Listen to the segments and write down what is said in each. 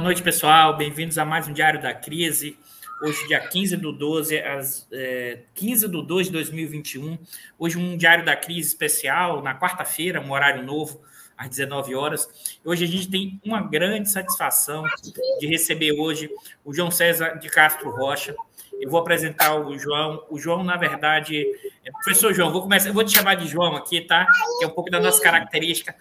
Boa noite, pessoal. Bem-vindos a mais um Diário da Crise. Hoje, dia 15/12, às 15/2 de 2021. Hoje, um Diário da Crise especial, na quarta-feira, um horário novo, às 19 horas. Hoje, a gente tem uma grande satisfação de receber hoje o João César de Castro Rocha. Eu vou apresentar o João. O João, na verdade... Professor João, eu vou te chamar de João aqui, tá? Que é um pouco da nossa característica.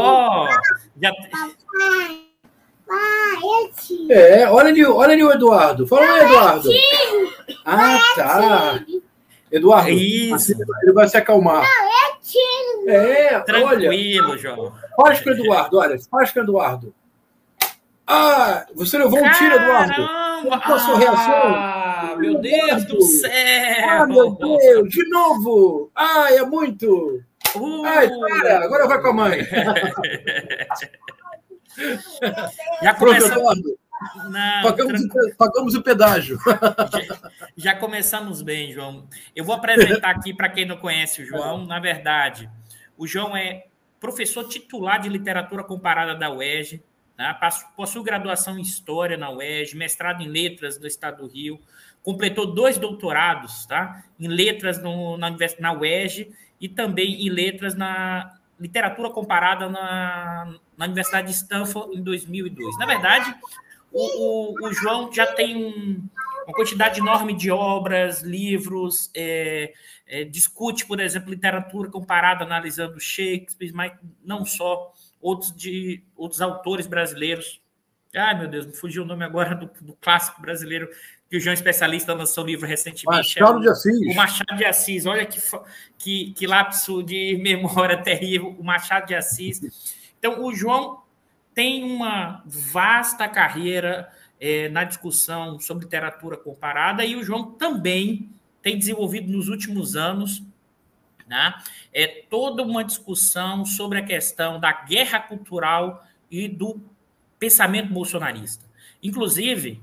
Olha ali o Eduardo. Fala aí, Eduardo. Ah, tá. Eduardo, isso. Ele vai se acalmar. Tranquilo, olha. João. Faz com o Eduardo, olha. Faz com o Eduardo. Ah, você levou um tiro, Eduardo. Qual a sua reação? Meu Deus do céu! Ah, meu Deus, de novo! Ai, é muito! Ai, para, agora vai com a mãe. Já começamos... Pagamos o pedágio. Já começamos bem, João. Eu vou apresentar aqui para quem não conhece o João. Na verdade, o João é professor titular de literatura comparada da UERJ, né? Possui graduação em História na UERJ, mestrado em Letras do Estado do Rio, completou 2 doutorados, tá? Em Letras na UERJ e também em Letras na Literatura Comparada na Universidade de Stanford em 2002. Na verdade, o João já tem uma quantidade enorme de obras, livros, discute, por exemplo, literatura comparada, analisando Shakespeare, mas não só, outros autores brasileiros. Ai, meu Deus, me fugiu o nome agora do clássico brasileiro, que o João especialista lançou um livro recentemente. Machado de Assis. O Machado de Assis. Olha que lapso de memória terrível, o Machado de Assis. Então, o João tem uma vasta carreira na discussão sobre literatura comparada e o João também tem desenvolvido nos últimos anos, né, toda uma discussão sobre a questão da guerra cultural e do pensamento bolsonarista. Inclusive,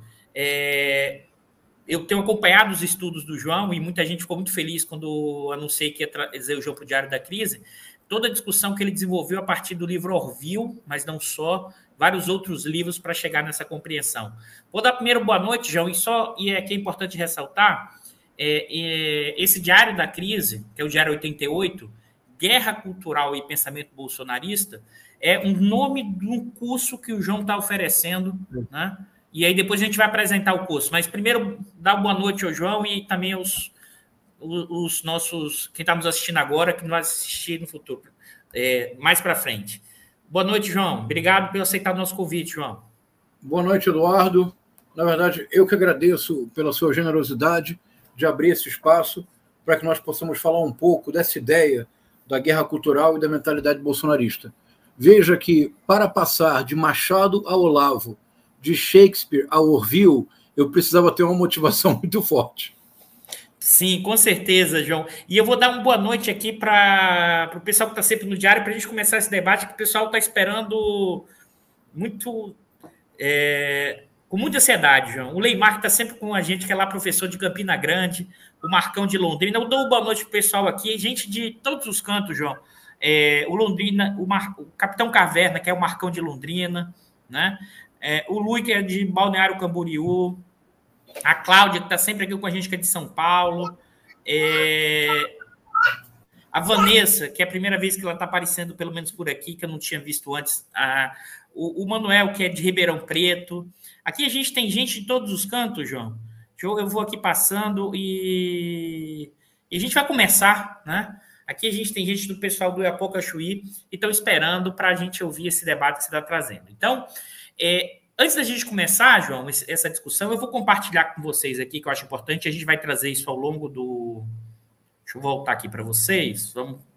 eu tenho acompanhado os estudos do João e muita gente ficou muito feliz quando anunciei que ia trazer o João para o Diário da Crise. Toda a discussão que ele desenvolveu a partir do livro Orville, mas não só, vários outros livros para chegar nessa compreensão. Vou dar primeiro boa noite, João, e é importante ressaltar, esse Diário da Crise, que é o Diário 88, Guerra Cultural e Pensamento Bolsonarista, é um nome de um curso que o João está oferecendo, né? E aí depois a gente vai apresentar o curso. Mas primeiro, dá boa noite ao João e também os nossos, quem está nos assistindo agora, que não vai assistir no futuro, mais para frente. Boa noite, João. Obrigado por aceitar o nosso convite, João. Boa noite, Eduardo. Na verdade, eu que agradeço pela sua generosidade de abrir esse espaço para que nós possamos falar um pouco dessa ideia da guerra cultural e da mentalidade bolsonarista. Veja que, para passar de Machado a Olavo, de Shakespeare a Orville, eu precisava ter uma motivação muito forte. Sim, com certeza, João. E eu vou dar uma boa noite aqui para o pessoal que está sempre no Diário, para a gente começar esse debate, que o pessoal está esperando muito, com muita ansiedade, João. O Leimar, que está sempre com a gente, que é lá professor de Campina Grande, o Marcão de Londrina. Eu dou uma boa noite para o pessoal aqui, gente de todos os cantos, João. O Londrina, o Capitão Caverna, que é o Marcão de Londrina, né? O Lui, que é de Balneário Camboriú, a Cláudia, que está sempre aqui com a gente, que é de São Paulo, a Vanessa, que é a primeira vez que ela está aparecendo, pelo menos por aqui, que eu não tinha visto antes, o Manuel, que é de Ribeirão Preto. Aqui a gente tem gente de todos os cantos, João. Eu vou aqui passando e a gente vai começar, né? Aqui a gente tem gente do pessoal do Iapoca-Chuí e estão esperando para a gente ouvir esse debate que você está trazendo. Então, antes da gente começar, João, essa discussão, eu vou compartilhar com vocês aqui, que eu acho importante. A gente vai trazer isso ao longo do... Deixa eu voltar aqui para vocês.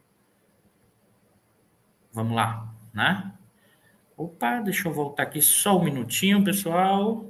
Vamos lá, né? Opa, deixa eu voltar aqui só um minutinho, pessoal.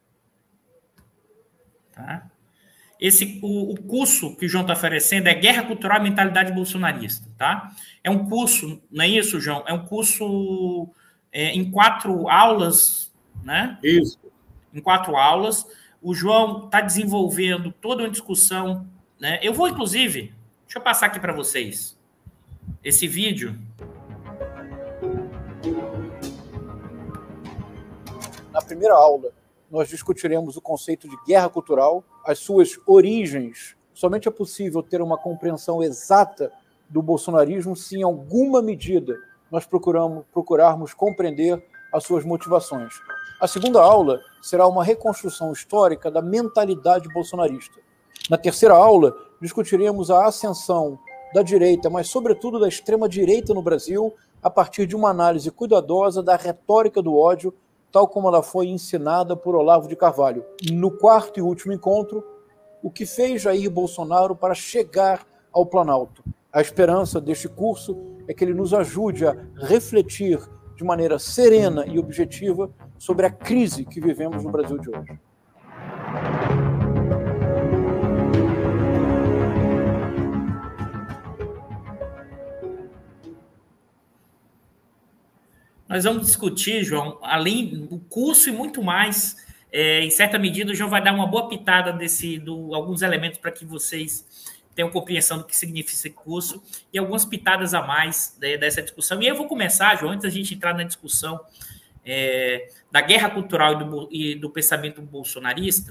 Tá? O curso que o João está oferecendo é Guerra Cultural e Mentalidade Bolsonarista, tá? É um curso, não é isso, João? É um curso em 4 aulas, né? Isso. Em 4 aulas. O João está desenvolvendo toda uma discussão, né? Eu vou, inclusive, deixa eu passar aqui para vocês esse vídeo. na primeira aula, nós discutiremos o conceito de guerra cultural, as suas origens. Somente é possível ter uma compreensão exata do bolsonarismo se, em alguma medida, nós procurarmos compreender as suas motivações. A segunda aula será uma reconstrução histórica da mentalidade bolsonarista. Na terceira aula, discutiremos a ascensão da direita, mas sobretudo da extrema-direita no Brasil, a partir de uma análise cuidadosa da retórica do ódio, tal como ela foi ensinada por Olavo de Carvalho. No quarto e último encontro, o que fez Jair Bolsonaro para chegar ao Planalto. A esperança deste curso é que ele nos ajude a refletir de maneira serena e objetiva sobre a crise que vivemos no Brasil de hoje. Nós vamos discutir, João, além do curso e muito mais. Em certa medida, o João vai dar uma boa pitada alguns elementos para que vocês tenham compreensão do que significa esse curso e algumas pitadas a mais dessa discussão. E eu vou começar, João, antes da gente entrar na discussão da guerra cultural e do pensamento bolsonarista.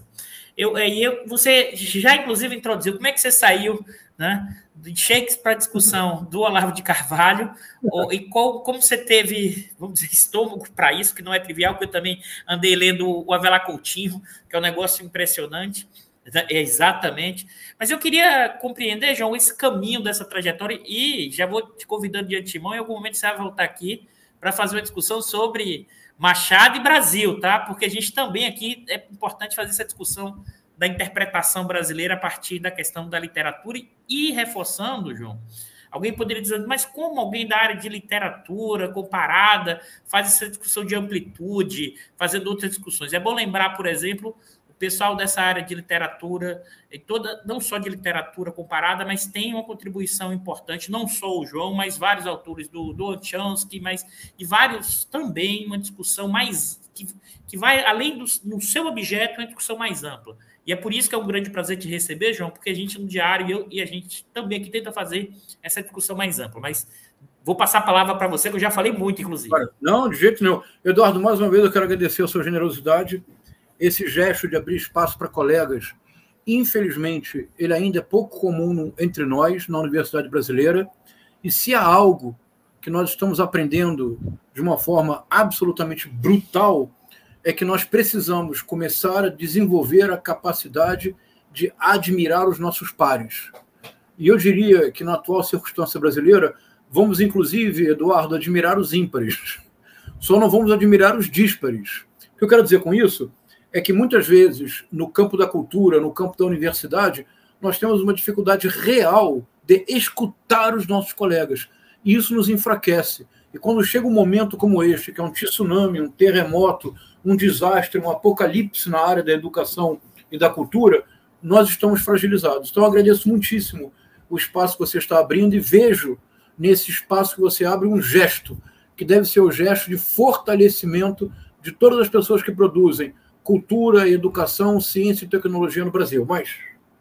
Você já, inclusive, introduziu como é que você saiu, né, de Shakespeare para a discussão do Olavo de Carvalho, e como você teve, vamos dizer, estômago para isso, que não é trivial, porque eu também andei lendo o Avelar Coutinho, que é um negócio impressionante. Exatamente. Mas eu queria compreender, João, esse caminho dessa trajetória, e já vou te convidando de antemão, em algum momento você vai voltar aqui para fazer uma discussão sobre Machado e Brasil, tá? Porque a gente também aqui é importante fazer essa discussão da interpretação brasileira a partir da questão da literatura e reforçando, João, alguém poderia dizer, mas como alguém da área de literatura comparada faz essa discussão de amplitude, fazendo outras discussões? É bom lembrar, por exemplo, o pessoal dessa área de literatura, não só de literatura comparada, mas tem uma contribuição importante, não só o João, mas vários autores do Chomsky, e vários também, uma discussão mais que vai além do seu objeto, uma discussão mais ampla. E é por isso que é um grande prazer te receber, João, porque a gente no diário e a gente também aqui tenta fazer essa discussão mais ampla. Mas vou passar a palavra para você, que eu já falei muito, inclusive. Não, de jeito nenhum. Eduardo, mais uma vez eu quero agradecer a sua generosidade, esse gesto de abrir espaço para colegas. Infelizmente, ele ainda é pouco comum entre nós, na Universidade Brasileira, e se há algo que nós estamos aprendendo de uma forma absolutamente brutal, é que nós precisamos começar a desenvolver a capacidade de admirar os nossos pares. E eu diria que, na atual circunstância brasileira, vamos, inclusive, Eduardo, admirar os ímpares. Só não vamos admirar os díspares. O que eu quero dizer com isso é que, muitas vezes, no campo da cultura, no campo da universidade, nós temos uma dificuldade real de escutar os nossos colegas. E isso nos enfraquece. E quando chega um momento como este, que é um tsunami, um terremoto, um desastre, um apocalipse na área da educação e da cultura, nós estamos fragilizados. Então, eu agradeço muitíssimo o espaço que você está abrindo e vejo nesse espaço que você abre um gesto, que deve ser o gesto de fortalecimento de todas as pessoas que produzem cultura, educação, ciência e tecnologia no Brasil. Mas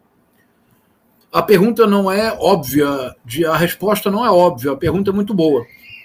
a pergunta não é óbvia, a resposta não é óbvia, a pergunta é muito boa.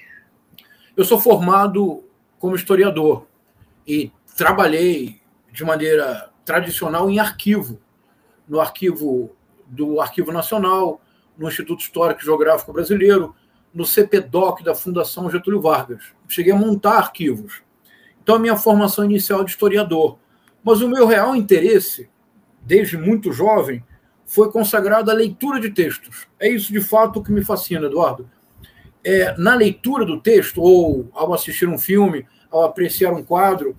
Eu sou formado como historiador e trabalhei de maneira tradicional em arquivo, no arquivo do Arquivo Nacional, no Instituto Histórico e Geográfico Brasileiro, no CPDOC da Fundação Getúlio Vargas. Cheguei a montar arquivos. Então, a minha formação inicial é de historiador. Mas o meu real interesse, desde muito jovem, foi consagrado à leitura de textos. É isso, de fato, que me fascina, Eduardo. Na leitura do texto, ou ao assistir um filme, ao apreciar um quadro,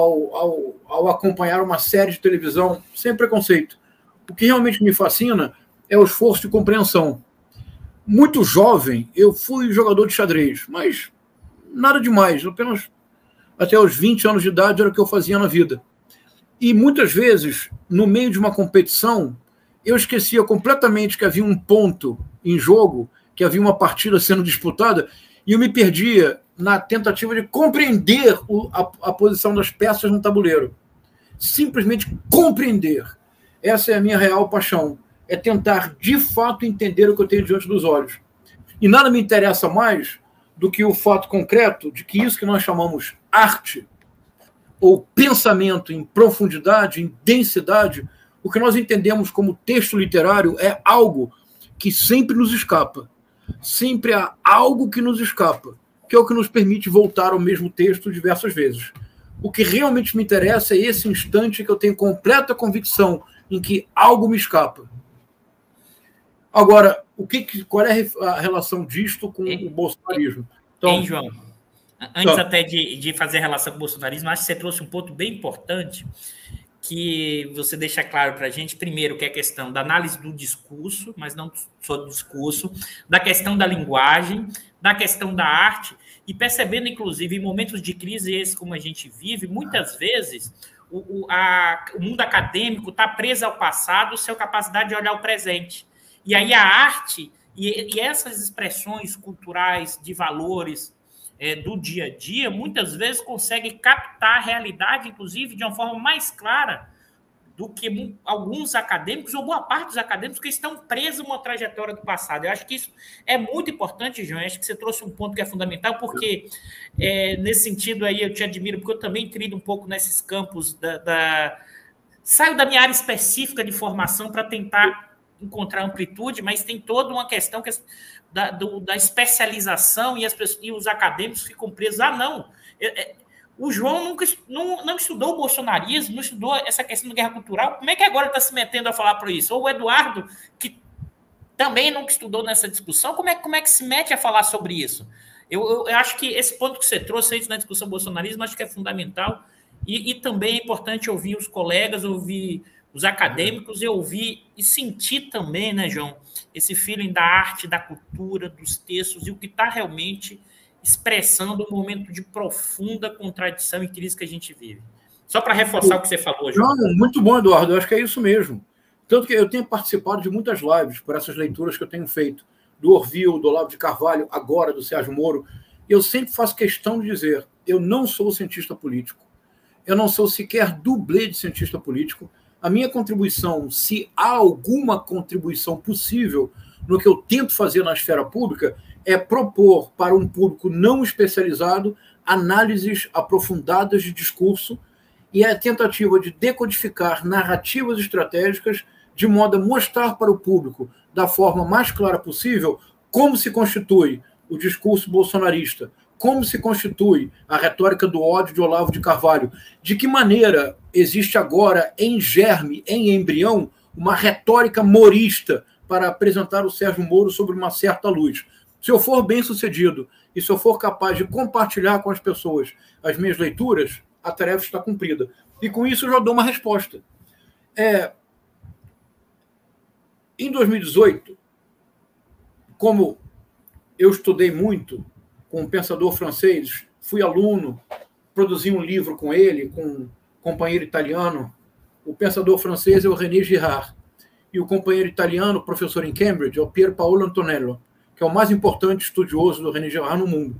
ao acompanhar uma série de televisão, sem preconceito. O que realmente me fascina é o esforço de compreensão. Muito jovem, eu fui jogador de xadrez, mas nada demais, apenas até os 20 anos de idade era o que eu fazia na vida. E muitas vezes, no meio de uma competição, eu esquecia completamente que havia um ponto em jogo, que havia uma partida sendo disputada, e eu me perdia na tentativa de compreender a posição das peças no tabuleiro. Simplesmente compreender. Essa é a minha real paixão. É tentar, de fato, entender o que eu tenho diante dos olhos. E nada me interessa mais do que o fato concreto de que isso que nós chamamos arte, ou pensamento em profundidade, em densidade, o que nós entendemos como texto literário é algo que sempre nos escapa. Sempre há algo que nos escapa, que é o que nos permite voltar ao mesmo texto diversas vezes. O que realmente me interessa é esse instante que eu tenho completa convicção em que algo me escapa. Agora, qual é a relação disto com o bolsonarismo? Então, João, antes até de fazer a relação com o bolsonarismo, acho que você trouxe um ponto bem importante que você deixa claro para a gente, primeiro, que é a questão da análise do discurso, mas não só do discurso, da questão da linguagem, da questão da arte, e percebendo, inclusive, em momentos de crise, esse como a gente vive, muitas vezes o mundo acadêmico está preso ao passado, sem a capacidade de olhar o presente. E aí a arte e essas expressões culturais de valores do dia a dia, muitas vezes conseguem captar a realidade, inclusive, de uma forma mais clara do que alguns acadêmicos, ou boa parte dos acadêmicos, que estão presos numa trajetória do passado. Eu acho que isso é muito importante, João. Eu acho que você trouxe um ponto que é fundamental, porque nesse sentido aí eu te admiro, porque eu também trilho um pouco nesses campos saio da minha área específica de formação para tentar encontrar amplitude, mas tem toda uma questão da especialização e os acadêmicos ficam presos. Não. O João não estudou o bolsonarismo, não estudou essa questão da guerra cultural. Como é que agora está se metendo a falar por isso? Ou o Eduardo, que também nunca estudou nessa discussão, como é que se mete a falar sobre isso? Eu acho que esse ponto que você trouxe aí na discussão do bolsonarismo, acho que é fundamental. E também é importante ouvir os colegas, ouvir os acadêmicos, e ouvir e sentir também, né, João, esse feeling da arte, da cultura, dos textos, e o que está realmente expressando um momento de profunda contradição e crise que a gente vive. Só para reforçar o que você falou, João. Não, muito bom, Eduardo, eu acho que é isso mesmo. Tanto que eu tenho participado de muitas lives por essas leituras que eu tenho feito, do Orville, do Olavo de Carvalho, agora do Sérgio Moro, e eu sempre faço questão de dizer, eu não sou cientista político, eu não sou sequer dublê de cientista político. A minha contribuição, se há alguma contribuição possível no que eu tento fazer na esfera pública, é propor para um público não especializado análises aprofundadas de discurso e a tentativa de decodificar narrativas estratégicas de modo a mostrar para o público, da forma mais clara possível, como se constitui o discurso bolsonarista, como se constitui a retórica do ódio de Olavo de Carvalho, de que maneira existe agora, em germe, em embrião, uma retórica morista para apresentar o Sérgio Moro sobre uma certa luz. Se eu for bem-sucedido e se eu for capaz de compartilhar com as pessoas as minhas leituras, a tarefa está cumprida. E com isso eu já dou uma resposta. Em 2018, como eu estudei muito com um pensador francês, fui aluno, produzi um livro com ele, com um companheiro italiano. O pensador francês é o René Girard, e o companheiro italiano, professor em Cambridge, é o Pier Paolo Antonello, que é o mais importante estudioso do René Girard no mundo.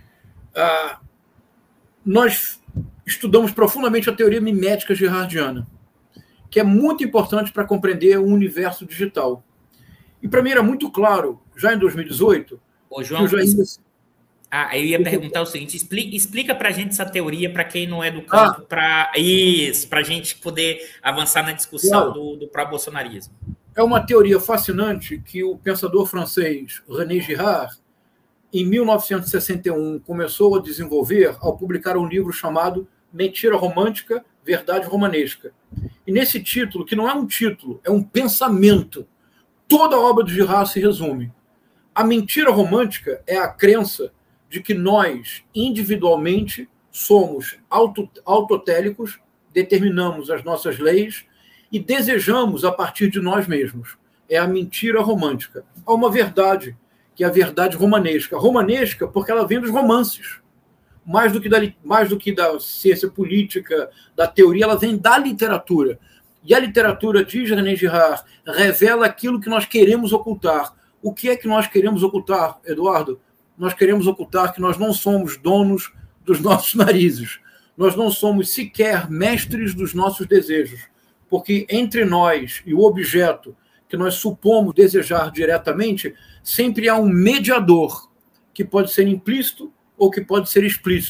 Nós estudamos profundamente a teoria mimética girardiana, que é muito importante para compreender o universo digital. E para mim era muito claro, já em 2018, João, que o Jair... eu ia perguntar o seguinte, explica para a gente essa teoria, para quem não é do campo, para a gente poder avançar na discussão do pró-bolsonarismo. É uma teoria fascinante que o pensador francês René Girard, em 1961, começou a desenvolver ao publicar um livro chamado Mentira Romântica, Verdade Romanesca. E nesse título, que não é um título, é um pensamento, toda a obra de Girard se resume. A mentira romântica é a crença de que nós, individualmente, somos autotélicos, determinamos as nossas leis e desejamos a partir de nós mesmos. É a mentira romântica. Há uma verdade, que é a verdade romanesca. Romanesca porque ela vem dos romances. Mais do que da ciência política, da teoria, ela vem da literatura. E a literatura, diz René Girard, revela aquilo que nós queremos ocultar. O que é que nós queremos ocultar, Eduardo? Nós queremos ocultar que nós não somos donos dos nossos narizes. Nós não somos sequer mestres dos nossos desejos. Porque entre nós e o objeto que nós supomos desejar diretamente, sempre há um mediador, que pode ser implícito ou que pode ser explícito.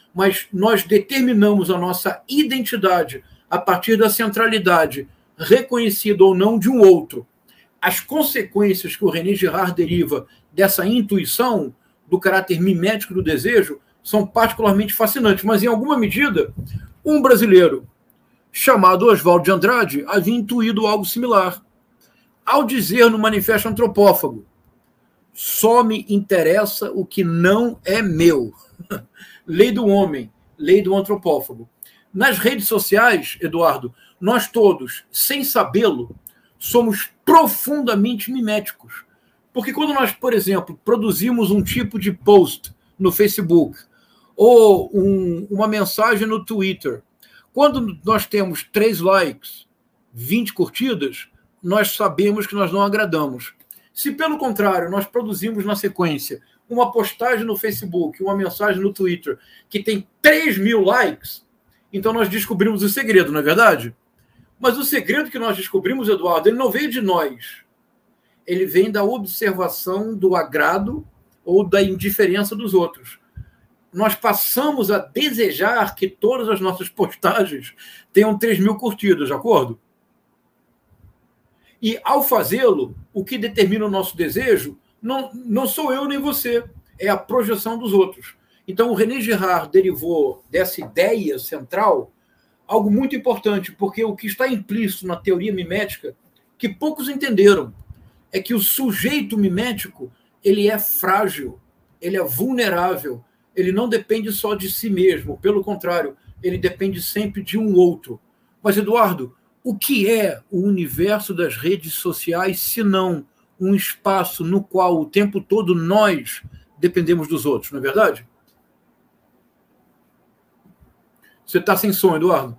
mas nós determinamos a nossa identidade a partir da centralidade reconhecida ou não de um outro. As consequências que o René Girard deriva dessa intuição, do caráter mimético do desejo, são particularmente fascinantes, mas, em alguma medida, um brasileiro chamado Oswaldo de Andrade havia intuído algo similar. Ao dizer no Manifesto Antropófago: só me interessa o que não é meu. Lei do homem, lei do antropófago. Nas redes sociais, Eduardo, nós todos, sem sabê-lo, somos profundamente miméticos. Porque quando nós, por exemplo, produzimos um tipo de post no Facebook ou uma mensagem no Twitter, quando nós temos 3 likes, 20 curtidas, nós sabemos que nós não agradamos. Se, pelo contrário, nós produzimos na sequência uma postagem no Facebook, uma mensagem no Twitter, que tem 3.000 likes, então nós descobrimos o segredo, não é verdade? Mas o segredo que nós descobrimos, Eduardo, ele não veio de nós. Ele vem da observação do agrado ou da indiferença dos outros. Nós passamos a desejar que todas as nossas postagens tenham 3.000 curtidas, de acordo? E, ao fazê-lo, o que determina o nosso desejo não sou eu nem você, é a projeção dos outros. Então, o René Girard derivou dessa ideia central algo muito importante, porque o que está implícito na teoria mimética, que poucos entenderam, é que o sujeito mimético ele é frágil, ele é vulnerável, ele não depende só de si mesmo, pelo contrário, ele depende sempre de um outro. Mas, Eduardo, o que é o universo das redes sociais, se não um espaço no qual o tempo todo nós dependemos dos outros, não é verdade? Você está sem som, Eduardo?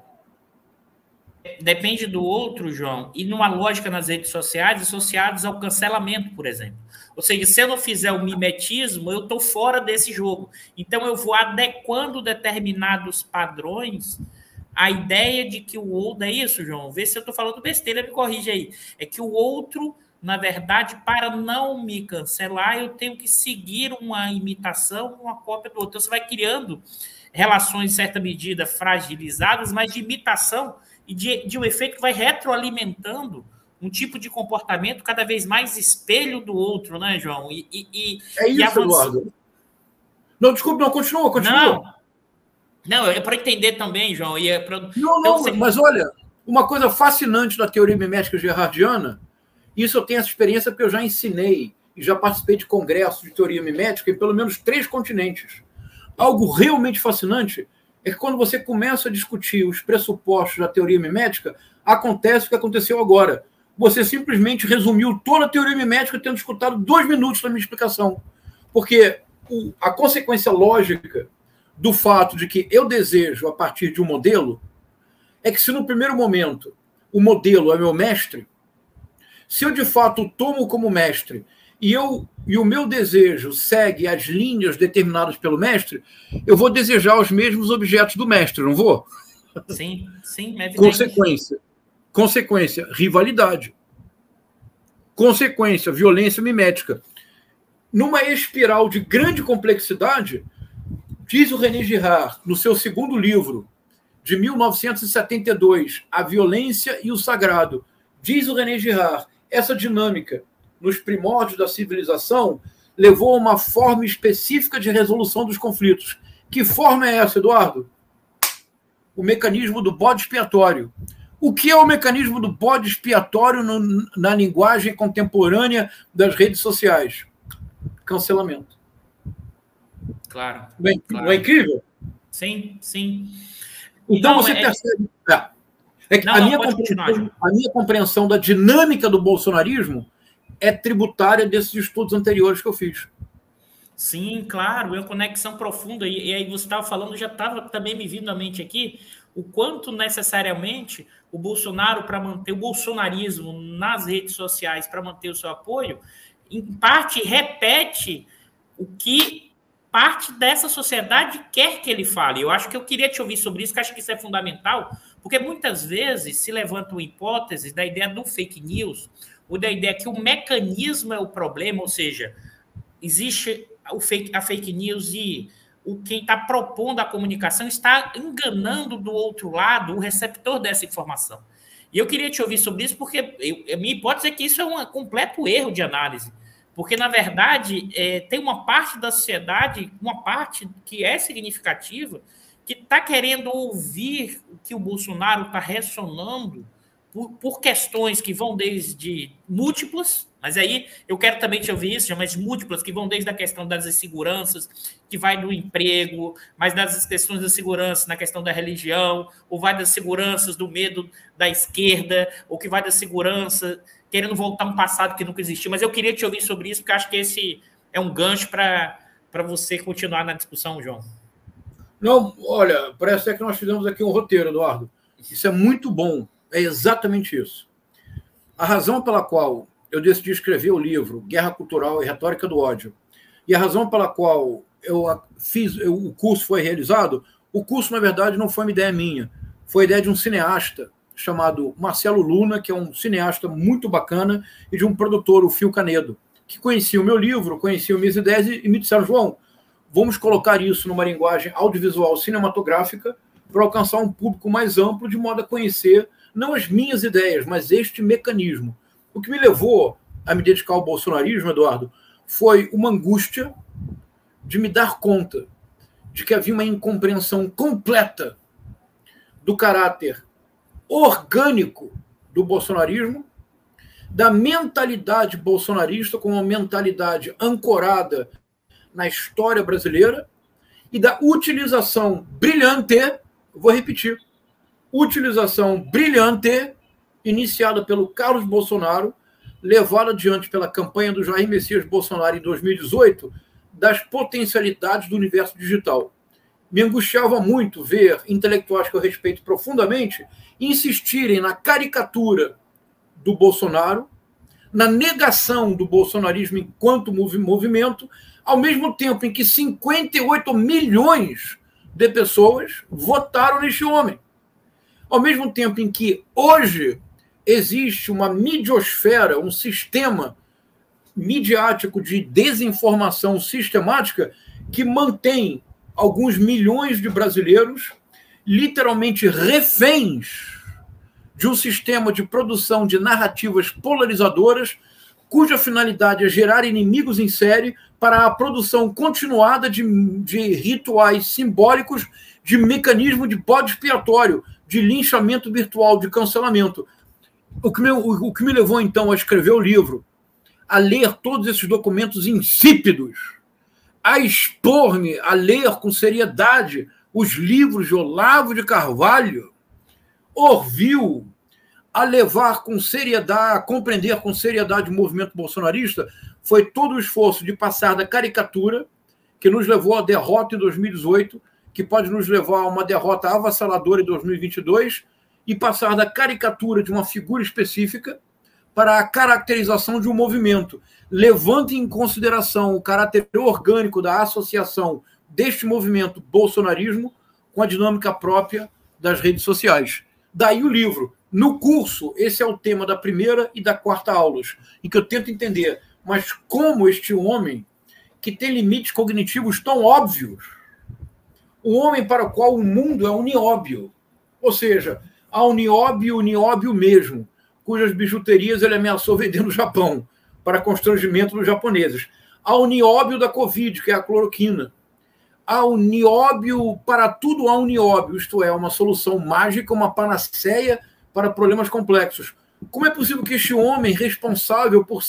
Depende do outro, João, e numa lógica nas redes sociais associadas ao cancelamento, por exemplo. Ou seja, se eu não fizer o mimetismo, eu estou fora desse jogo. Então, eu vou adequando determinados padrões à ideia de que o outro... É isso, João? Vê se eu estou falando besteira, me corrige aí. É que o outro, na verdade, para não me cancelar, eu tenho que seguir uma imitação, uma cópia do outro. Então, você vai criando relações, em certa medida, fragilizadas, mas de imitação e de um efeito que vai retroalimentando um tipo de comportamento cada vez mais espelho do outro, né, João? É isso, Eduardo. Não, desculpe, não, continua. Não, é para entender também, João. Mas olha, uma coisa fascinante da teoria mimética gerardiana, isso eu tenho essa experiência porque eu já ensinei e já participei de congressos de teoria mimética em pelo menos 3 continentes. Algo realmente fascinante é que quando você começa a discutir os pressupostos da teoria mimética, acontece o que aconteceu agora. Você simplesmente resumiu toda a teoria mimética tendo escutado 2 minutos da minha explicação. Porque a consequência lógica do fato de que eu desejo a partir de um modelo é que se no primeiro momento o modelo é meu mestre, se eu de fato o tomo como mestre e o meu desejo segue as linhas determinadas pelo mestre, eu vou desejar os mesmos objetos do mestre, não vou? Sim, é evidente. Consequência, rivalidade. Consequência, violência mimética. Numa espiral de grande complexidade, diz o René Girard, no seu segundo livro, de 1972, A Violência e o Sagrado, diz o René Girard, essa dinâmica nos primórdios da civilização levou a uma forma específica de resolução dos conflitos. Que forma é essa, Eduardo? O mecanismo do bode expiatório. O que é o mecanismo do bode expiatório na linguagem contemporânea das redes sociais? Cancelamento. Claro. Não é incrível? Sim. Então você percebe... A minha compreensão da dinâmica do bolsonarismo é tributária desses estudos anteriores que eu fiz. Sim, claro, é uma conexão profunda. E aí você estava falando, já estava também me vindo à mente aqui, o quanto necessariamente o Bolsonaro, para manter o bolsonarismo nas redes sociais, para manter o seu apoio, em parte repete o que parte dessa sociedade quer que ele fale. Eu acho que eu queria te ouvir sobre isso, que acho que isso é fundamental, porque muitas vezes se levantam hipóteses da ideia do fake news, ou da ideia que o mecanismo é o problema, ou seja, existe a fake news e quem está propondo a comunicação está enganando do outro lado o receptor dessa informação. E eu queria te ouvir sobre isso, porque a minha hipótese é que isso é um completo erro de análise. Porque, na verdade, tem uma parte da sociedade, uma parte que é significativa, que está querendo ouvir o que o Bolsonaro está ressonando por questões que vão desde múltiplas, mas aí eu quero também te ouvir isso, mas múltiplas, que vão desde a questão das inseguranças, que vai do emprego, mas das questões da segurança na questão da religião, ou vai das seguranças do medo da esquerda, ou que vai da segurança querendo voltar a um passado que nunca existiu. Mas eu queria te ouvir sobre isso, porque acho que esse é um gancho para você continuar na discussão, João. Não, olha, parece que nós fizemos aqui um roteiro, Eduardo. Isso é muito bom. É exatamente isso. A razão pela qual eu decidi escrever o livro Guerra Cultural e Retórica do Ódio, e a razão pela qual o curso foi realizado, o curso, na verdade, não foi uma ideia minha, foi a ideia de um cineasta chamado Marcelo Luna, que é um cineasta muito bacana, e de um produtor, o Fio Canedo, que conhecia o meu livro, conhecia minhas ideias e me disseram: João, vamos colocar isso numa linguagem audiovisual cinematográfica para alcançar um público mais amplo, de modo a conhecer não as minhas ideias, mas este mecanismo. O que me levou a me dedicar ao bolsonarismo, Eduardo, foi uma angústia de me dar conta de que havia uma incompreensão completa do caráter orgânico do bolsonarismo, da mentalidade bolsonarista como uma mentalidade ancorada na história brasileira e da utilização brilhante, vou repetir, utilização brilhante iniciada pelo Carlos Bolsonaro, levada adiante pela campanha do Jair Messias Bolsonaro em 2018, das potencialidades do universo digital. Me angustiava muito ver intelectuais que eu respeito profundamente insistirem na caricatura do Bolsonaro, na negação do bolsonarismo enquanto movimento, ao mesmo tempo em que 58 milhões de pessoas votaram neste homem. Ao mesmo tempo em que hoje existe uma midiosfera, um sistema midiático de desinformação sistemática que mantém alguns milhões de brasileiros literalmente reféns de um sistema de produção de narrativas polarizadoras, cuja finalidade é gerar inimigos em série para a produção continuada de rituais simbólicos, de mecanismo de bode expiatório, de linchamento virtual, de cancelamento. O que me levou, então, a escrever o livro, a ler todos esses documentos insípidos, a expor-me, a ler com seriedade os livros de Olavo de Carvalho, Orville, a levar com seriedade, a compreender com seriedade o movimento bolsonarista, foi todo o esforço de passar da caricatura, que nos levou à derrota em 2018, que pode nos levar a uma derrota avassaladora em 2022, e passar da caricatura de uma figura específica para a caracterização de um movimento, levando em consideração o caráter orgânico da associação deste movimento bolsonarismo com a dinâmica própria das redes sociais. Daí o livro. No curso, esse é o tema da primeira e da quarta aulas, em que eu tento entender, mas como este homem, que tem limites cognitivos tão óbvios, o homem para o qual o mundo é um nióbio, ou seja, há um nióbio mesmo, cujas bijuterias ele ameaçou vender no Japão, para constrangimento dos japoneses. Há o nióbio da Covid, que é a cloroquina. Há o nióbio, para tudo há um nióbio, isto é, uma solução mágica, uma panaceia para problemas complexos. Como é possível que este homem, responsável por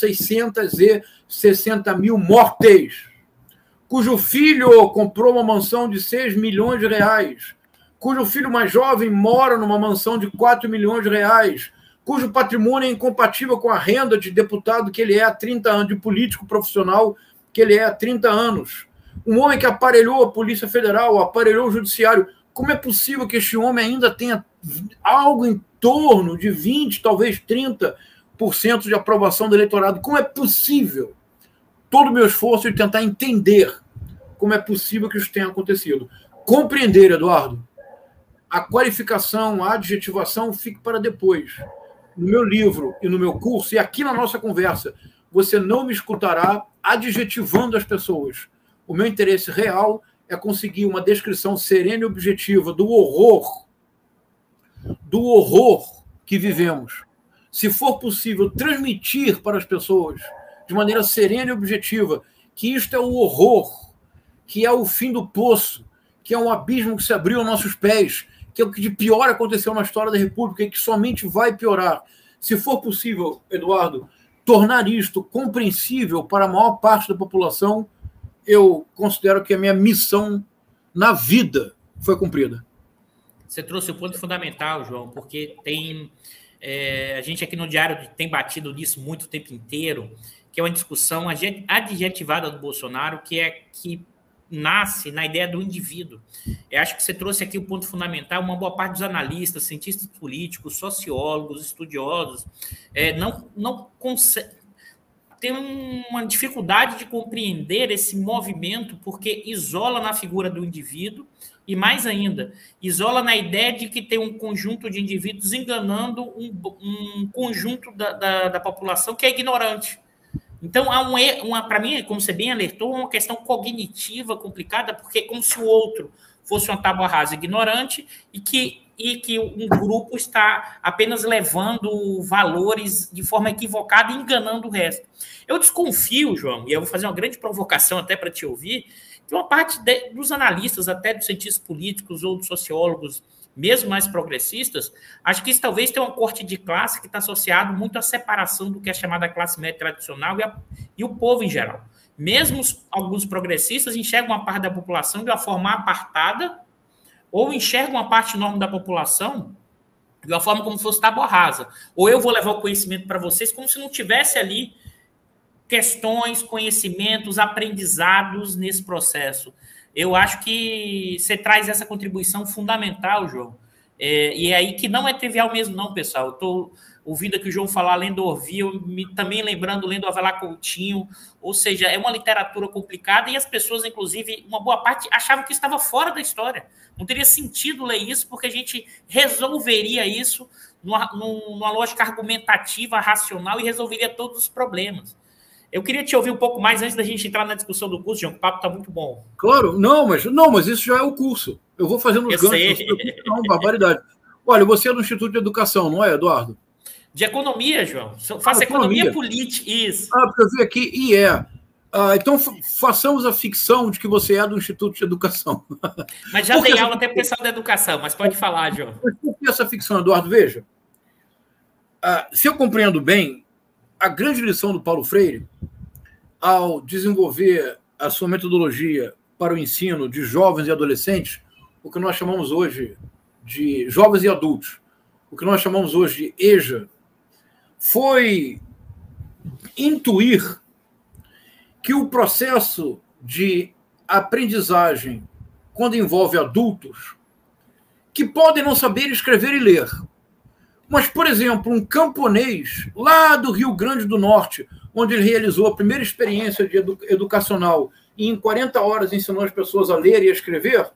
660 mil mortes, cujo filho comprou uma mansão de 6 milhões de reais, cujo filho mais jovem mora numa mansão de 4 milhões de reais, cujo patrimônio é incompatível com a renda de deputado que ele é há 30 anos, de político profissional que ele é há 30 anos, um homem que aparelhou a Polícia Federal, aparelhou o Judiciário. Como é possível que este homem ainda tenha algo em torno de 20%, talvez 30% de aprovação do eleitorado? Como é possível? Todo o meu esforço é tentar entender como é possível que isso tenha acontecido. Compreender, Eduardo, a qualificação, a adjetivação fique para depois. No meu livro e no meu curso, e aqui na nossa conversa, você não me escutará adjetivando as pessoas. O meu interesse real é conseguir uma descrição serena e objetiva do horror que vivemos. Se for possível transmitir para as pessoas de maneira serena e objetiva que isto é o horror, que é o fim do poço, que é um abismo que se abriu aos nossos pés, que é o que de pior aconteceu na história da República e que somente vai piorar. Se for possível, Eduardo, tornar isto compreensível para a maior parte da população, eu considero que a minha missão na vida foi cumprida. Você trouxe o ponto fundamental, João, porque a gente aqui no Diário tem batido nisso muito o tempo inteiro, que é uma discussão adjetivada do Bolsonaro, que nasce na ideia do indivíduo. Eu acho que você trouxe aqui o ponto fundamental. Uma boa parte dos analistas, cientistas políticos, sociólogos, estudiosos, não consegue, tem uma dificuldade de compreender esse movimento, porque isola na figura do indivíduo e, mais ainda, isola na ideia de que tem um conjunto de indivíduos enganando um conjunto da população que é ignorante. Então, para mim, como você bem alertou, uma questão cognitiva complicada, porque é como se o outro fosse uma tábua rasa ignorante e que um grupo está apenas levando valores de forma equivocada e enganando o resto. Eu desconfio, João, e eu vou fazer uma grande provocação até para te ouvir, que uma parte dos analistas, até dos cientistas políticos ou dos sociólogos, mesmo mais progressistas, acho que isso talvez tenha um corte de classe que está associado muito à separação do que é chamada classe média tradicional e o povo em geral. Mesmo alguns progressistas enxergam uma parte da população de uma forma apartada ou enxergam uma parte enorme da população de uma forma como se fosse tábua rasa. Ou eu vou levar o conhecimento para vocês como se não tivesse ali questões, conhecimentos, aprendizados nesse processo. Eu acho que você traz essa contribuição fundamental, João. E é aí que não é trivial mesmo, não, pessoal. Eu estou ouvindo aqui o João falar lendo Orville, também lembrando lendo Avelar Coutinho, ou seja, é uma literatura complicada e as pessoas, inclusive, uma boa parte, achavam que estava fora da história. Não teria sentido ler isso, porque a gente resolveria isso numa lógica argumentativa, racional e resolveria todos os problemas. Eu queria te ouvir um pouco mais antes da gente entrar na discussão do curso, João, o papo está muito bom. Claro, mas isso já é o curso. Eu vou fazendo os ganchos. Não, barbaridade. Olha, você é do Instituto de Educação, não é, Eduardo? De economia, João. Faço economia política, isso. Porque eu vi aqui, então, façamos a ficção de que você é do Instituto de Educação. Mas já dei aula até para o pessoal da educação, mas pode falar, João. Por que essa ficção, Eduardo? Veja, se eu compreendo bem, a grande lição do Paulo Freire, ao desenvolver a sua metodologia para o ensino de jovens e adolescentes, o que nós chamamos hoje de jovens e adultos, o que nós chamamos hoje de EJA, foi intuir que o processo de aprendizagem, quando envolve adultos, que podem não saber escrever e ler, mas, por exemplo, um camponês lá do Rio Grande do Norte, onde ele realizou a primeira experiência educacional e em 40 horas ensinou as pessoas a ler e a escrever,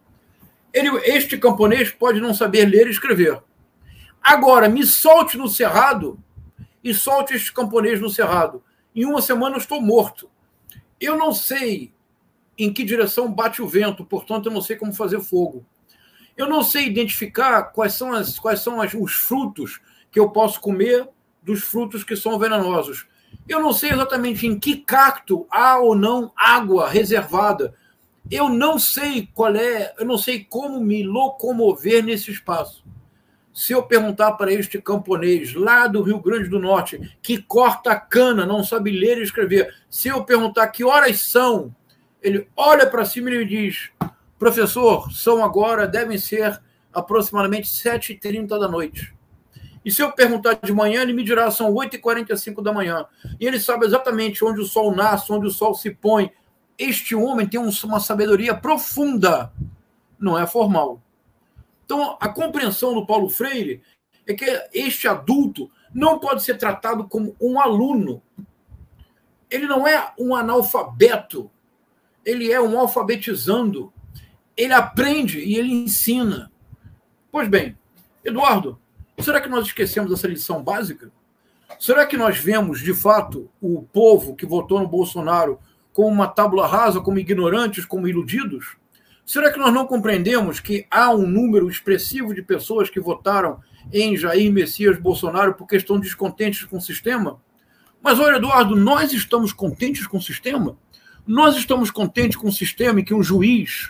este camponês pode não saber ler e escrever. Agora, me solte no cerrado e solte este camponês no cerrado. Em uma semana eu estou morto. Eu não sei em que direção bate o vento, portanto eu não sei como fazer fogo. Eu não sei identificar quais são os frutos que eu posso comer dos frutos que são venenosos. Eu não sei exatamente em que cacto há ou não água reservada. Eu não sei eu não sei como me locomover nesse espaço. Se eu perguntar para este camponês lá do Rio Grande do Norte, que corta a cana, não sabe ler e escrever, se eu perguntar que horas são, ele olha para cima e me diz: professor, devem ser aproximadamente 7h30 da noite. E se eu perguntar de manhã, ele me dirá: são 8h45 da manhã. E ele sabe exatamente onde o sol nasce, onde o sol se põe. Este homem tem uma sabedoria profunda, não é formal. Então, a compreensão do Paulo Freire é que este adulto não pode ser tratado como um aluno. Ele não é um analfabeto, ele é um alfabetizando. Ele aprende e ele ensina. Pois bem, Eduardo, será que nós esquecemos essa lição básica? Será que nós vemos, de fato, o povo que votou no Bolsonaro como uma tábua rasa, como ignorantes, como iludidos? Será que nós não compreendemos que há um número expressivo de pessoas que votaram em Jair Messias Bolsonaro porque estão descontentes com o sistema? Mas olha, Eduardo, nós estamos contentes com o sistema? Nós estamos contentes com o sistema em que um juiz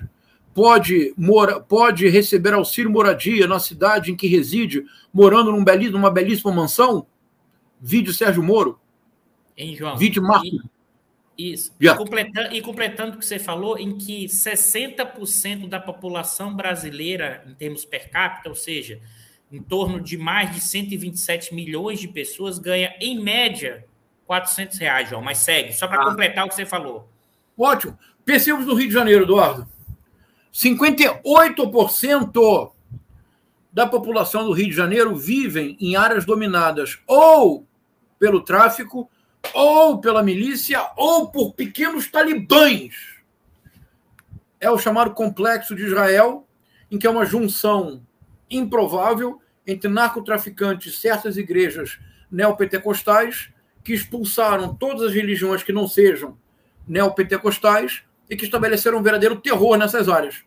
pode receber auxílio moradia na cidade em que reside, morando numa belíssima mansão? Vídeo Sérgio Moro. Hein, João? Vídeo Marco. Isso. Yeah. E completando o que você falou, em que 60% da população brasileira, em termos per capita, ou seja, em torno de mais de 127 milhões de pessoas, ganha, em média, R$400, João. Mas segue, só para completar o que você falou. Ótimo. Pensemos no Rio de Janeiro, Eduardo. 58% da população do Rio de Janeiro vivem em áreas dominadas ou pelo tráfico, ou pela milícia, ou por pequenos talibãs. É o chamado Complexo de Israel, em que é uma junção improvável entre narcotraficantes e certas igrejas neopentecostais que expulsaram todas as religiões que não sejam neopentecostais e que estabeleceram um verdadeiro terror nessas áreas.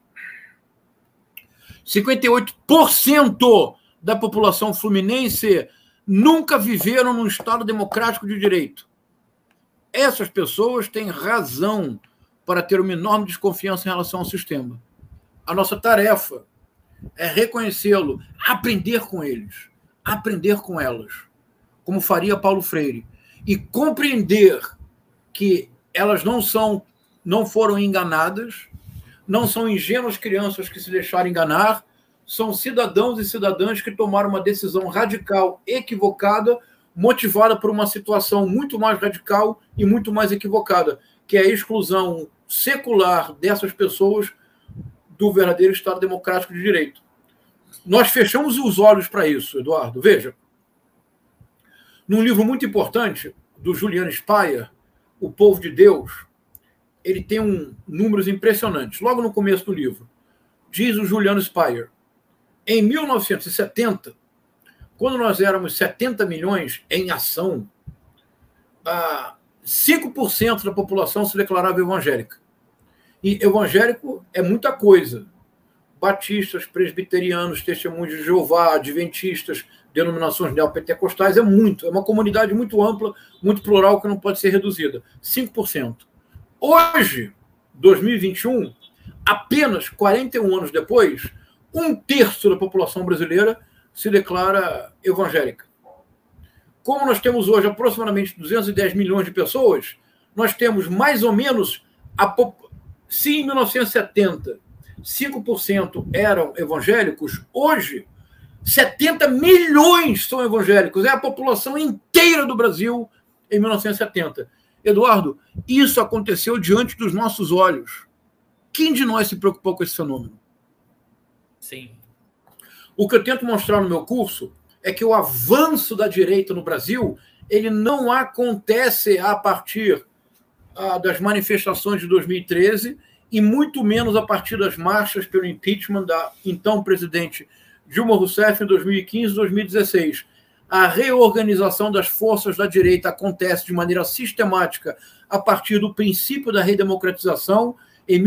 58% da população fluminense nunca viveram num Estado democrático de direito. Essas pessoas têm razão para ter uma enorme desconfiança em relação ao sistema. A nossa tarefa é reconhecê-lo, aprender com eles, aprender com elas, como faria Paulo Freire, e compreender que elas não foram enganadas, não são ingênuas crianças que se deixaram enganar, são cidadãos e cidadãs que tomaram uma decisão radical, equivocada, motivada por uma situação muito mais radical e muito mais equivocada, que é a exclusão secular dessas pessoas do verdadeiro Estado democrático de direito. Nós fechamos os olhos para isso, Eduardo. Veja, num livro muito importante do Juliano Speyer, O Povo de Deus, ele tem números impressionantes. Logo no começo do livro, diz o Juliano Speyer, em 1970, quando nós éramos 70 milhões em ação, 5% da população se declarava evangélica. E evangélico é muita coisa. Batistas, presbiterianos, testemunhos de Jeová, adventistas, denominações neopentecostais, é uma comunidade muito ampla, muito plural, que não pode ser reduzida. 5%. Hoje, 2021, apenas 41 anos depois, 1/3 da população brasileira se declara evangélica. Como nós temos hoje aproximadamente 210 milhões de pessoas, nós temos mais ou menos, se em 1970 5% eram evangélicos, hoje 70 milhões são evangélicos. É a população inteira do Brasil em 1970. Eduardo, isso aconteceu diante dos nossos olhos. Quem de nós se preocupou com esse fenômeno? Sim. O que eu tento mostrar no meu curso é que o avanço da direita no Brasil, ele não acontece a partir das manifestações de 2013 e muito menos a partir das marchas pelo impeachment da então presidente Dilma Rousseff em 2015 e 2016. A reorganização das forças da direita acontece de maneira sistemática a partir do princípio da redemocratização, em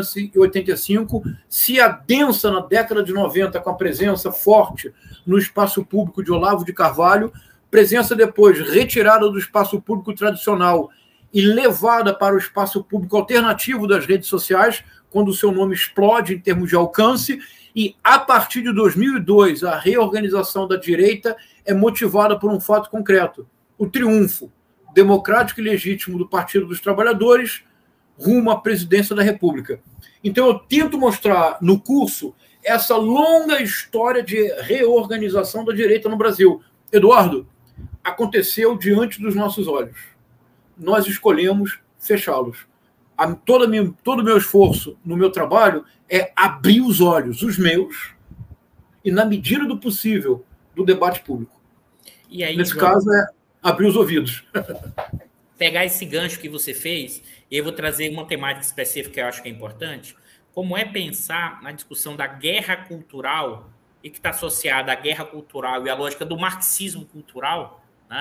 1985, se adensa na década de 90 com a presença forte no espaço público de Olavo de Carvalho, presença depois retirada do espaço público tradicional e levada para o espaço público alternativo das redes sociais, quando o seu nome explode em termos de alcance, e a partir de 2002, a reorganização da direita é motivada por um fato concreto: o triunfo democrático e legítimo do Partido dos Trabalhadores rumo à presidência da República. Então, eu tento mostrar no curso essa longa história de reorganização da direita no Brasil. Eduardo, aconteceu diante dos nossos olhos. Nós escolhemos fechá-los. Todo o meu esforço no meu trabalho é abrir os olhos, os meus, e, na medida do possível, do debate público. E aí, nesse caso, é abrir os ouvidos. Pegar esse gancho que você fez, e eu vou trazer uma temática específica que eu acho que é importante, como é pensar na discussão da guerra cultural, e que está associada à guerra cultural e à lógica do marxismo cultural, né?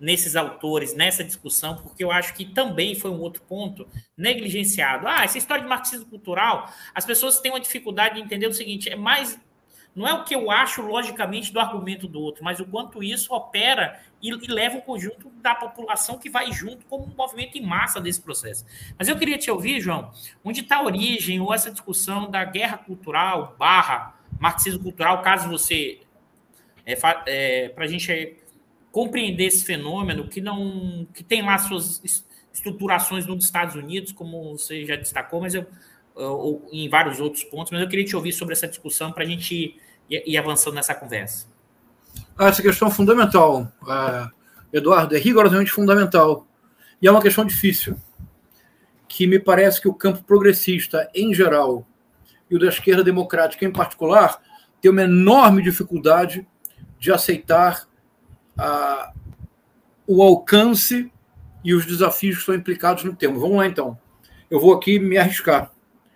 nesses autores, nessa discussão, porque eu acho que também foi um outro ponto negligenciado. Essa história de marxismo cultural, as pessoas têm uma dificuldade de entender o seguinte, não é o que eu acho logicamente do argumento do outro, mas o quanto isso opera e leva o conjunto da população que vai junto como um movimento em massa desse processo. Mas eu queria te ouvir, João, onde está a origem ou essa discussão da guerra cultural / marxismo cultural, caso você... para a gente compreender esse fenômeno que tem lá suas estruturações nos Estados Unidos, como você já destacou, mas ou em vários outros pontos, mas eu queria te ouvir sobre essa discussão para a gente ir avançando nessa conversa. Essa questão é fundamental, Eduardo, é rigorosamente fundamental. E é uma questão difícil, que me parece que o campo progressista, em geral, e o da esquerda democrática, em particular, tem uma enorme dificuldade de aceitar o alcance e os desafios que são implicados no tema. Vamos lá, então. Eu vou aqui me arriscar.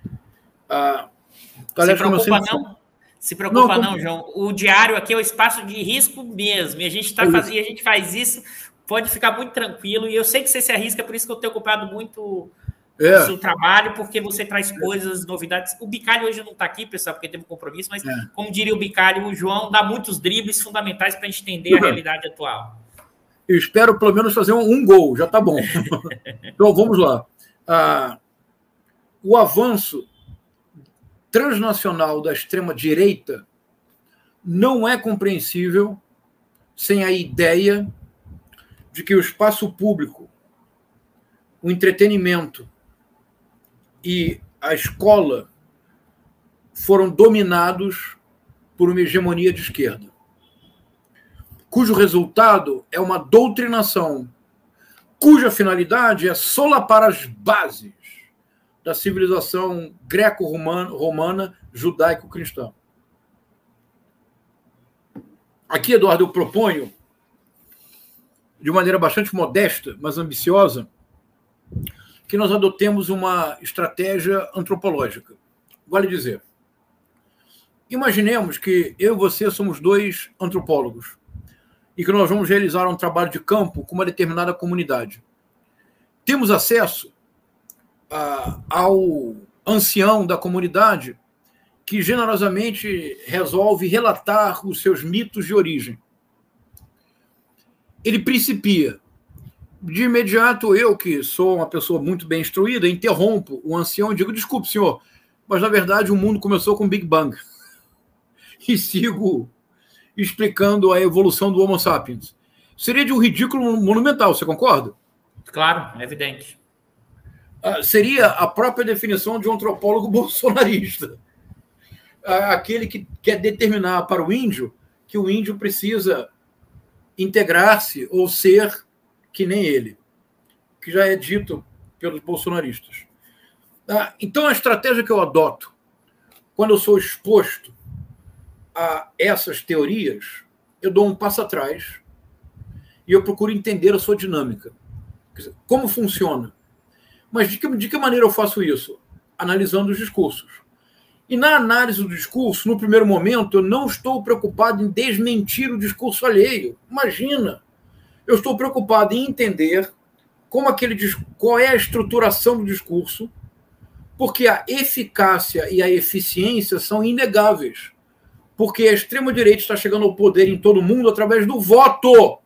Se preocupa não, João. O diário aqui é o espaço de risco mesmo. E a gente faz isso, pode ficar muito tranquilo. E eu sei que você se arrisca, por isso que eu tenho ocupado muito o seu trabalho, porque você traz coisas, novidades. O Bicalho hoje não está aqui, pessoal, porque teve um compromisso, mas, como diria o Bicalho, o João dá muitos dribles fundamentais para a gente entender a realidade atual. Eu espero, pelo menos, fazer um gol, já está bom. Então, vamos lá. O avanço transnacional da extrema-direita não é compreensível sem a ideia de que o espaço público, o entretenimento e a escola foram dominados por uma hegemonia de esquerda, cujo resultado é uma doutrinação, cuja finalidade é solapar as bases da civilização greco-romana, judaico-cristã. Aqui, Eduardo, eu proponho, de maneira bastante modesta, mas ambiciosa, que nós adotemos uma estratégia antropológica. Vale dizer, imaginemos que eu e você somos dois antropólogos e que nós vamos realizar um trabalho de campo com uma determinada comunidade. Temos acesso ao ancião da comunidade que generosamente resolve relatar os seus mitos de origem. Ele principia. De imediato, eu, que sou uma pessoa muito bem instruída, interrompo o ancião e digo, desculpe, senhor, mas, na verdade, o mundo começou com o Big Bang. E sigo explicando a evolução do Homo sapiens. Seria de um ridículo monumental, você concorda? Claro, é evidente. Seria a própria definição de um antropólogo bolsonarista. Aquele que quer determinar para o índio que o índio precisa integrar-se ou ser que nem ele, que já é dito pelos bolsonaristas. Então, a estratégia que eu adoto quando eu sou exposto a essas teorias, eu dou um passo atrás e eu procuro entender a sua dinâmica. Quer dizer, como funciona? Mas de que maneira eu faço isso? Analisando os discursos. E na análise do discurso, no primeiro momento, eu não estou preocupado em desmentir o discurso alheio. Imagina! Eu estou preocupado em entender qual é a estruturação do discurso, porque a eficácia e a eficiência são inegáveis. Porque a extrema-direita está chegando ao poder em todo mundo através do voto.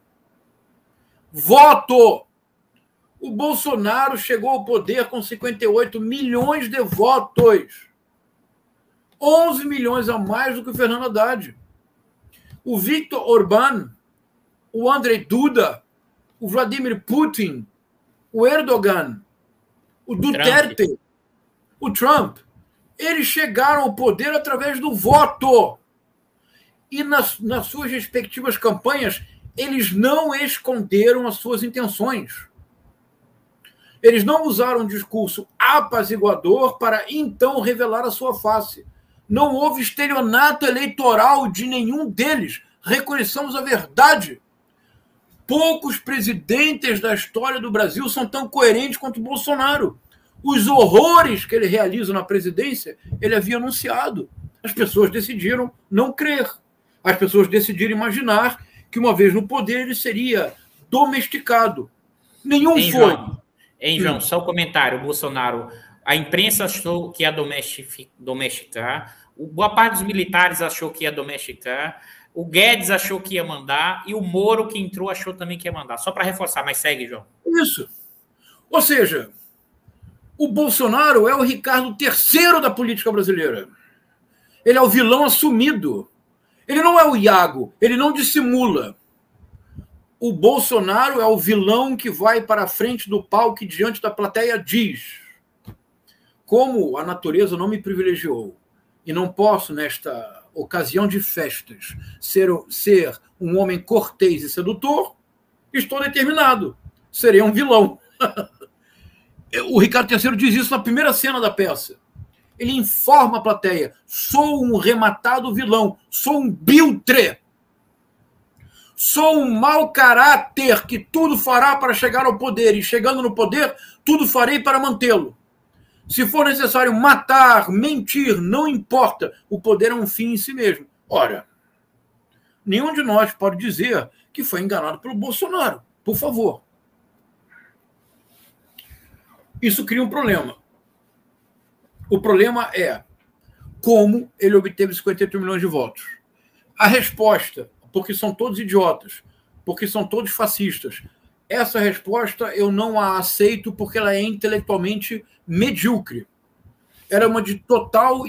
Voto! O Bolsonaro chegou ao poder com 58 milhões de votos. 11 milhões a mais do que o Fernando Haddad. O Viktor Orbán, o Andrzej Duda, o Vladimir Putin, o Erdogan, o Duterte, o Trump, eles chegaram ao poder através do voto. E nas suas respectivas campanhas, eles não esconderam as suas intenções. Eles não usaram um discurso apaziguador para então revelar a sua face. Não houve estelionato eleitoral de nenhum deles. Reconheçamos a verdade. Poucos presidentes da história do Brasil são tão coerentes quanto o Bolsonaro. Os horrores que ele realiza na presidência, ele havia anunciado. As pessoas decidiram não crer. As pessoas decidiram imaginar que, uma vez no poder, ele seria domesticado. Nenhum Hein, foi. João? Hein, João? Só um comentário. O Bolsonaro, a imprensa achou que ia domesticar, boa parte dos militares achou que ia domesticar, o Guedes achou que ia mandar e o Moro, que entrou, achou também que ia mandar. Só para reforçar, mas segue, João. Isso. Ou seja, o Bolsonaro é o Ricardo III da política brasileira. Ele é o vilão assumido. Ele não é o Iago, ele não dissimula. O Bolsonaro é o vilão que vai para a frente do palco e diante da plateia diz: como a natureza não me privilegiou e não posso, nesta ocasião de festas, ser um homem cortês e sedutor, estou determinado, serei um vilão. O Ricardo III diz isso na primeira cena da peça. Ele informa a plateia: sou um rematado vilão, sou um biltre, sou um mau caráter que tudo fará para chegar ao poder, e chegando no poder, tudo farei para mantê-lo. Se for necessário matar, mentir, não importa, o poder é um fim em si mesmo. Ora, nenhum de nós pode dizer que foi enganado pelo Bolsonaro, por favor. Isso cria um problema. O problema é como ele obteve 58 milhões de votos. A resposta, porque são todos idiotas, porque são todos fascistas, essa resposta eu não a aceito porque ela é intelectualmente medíocre. Era uma de total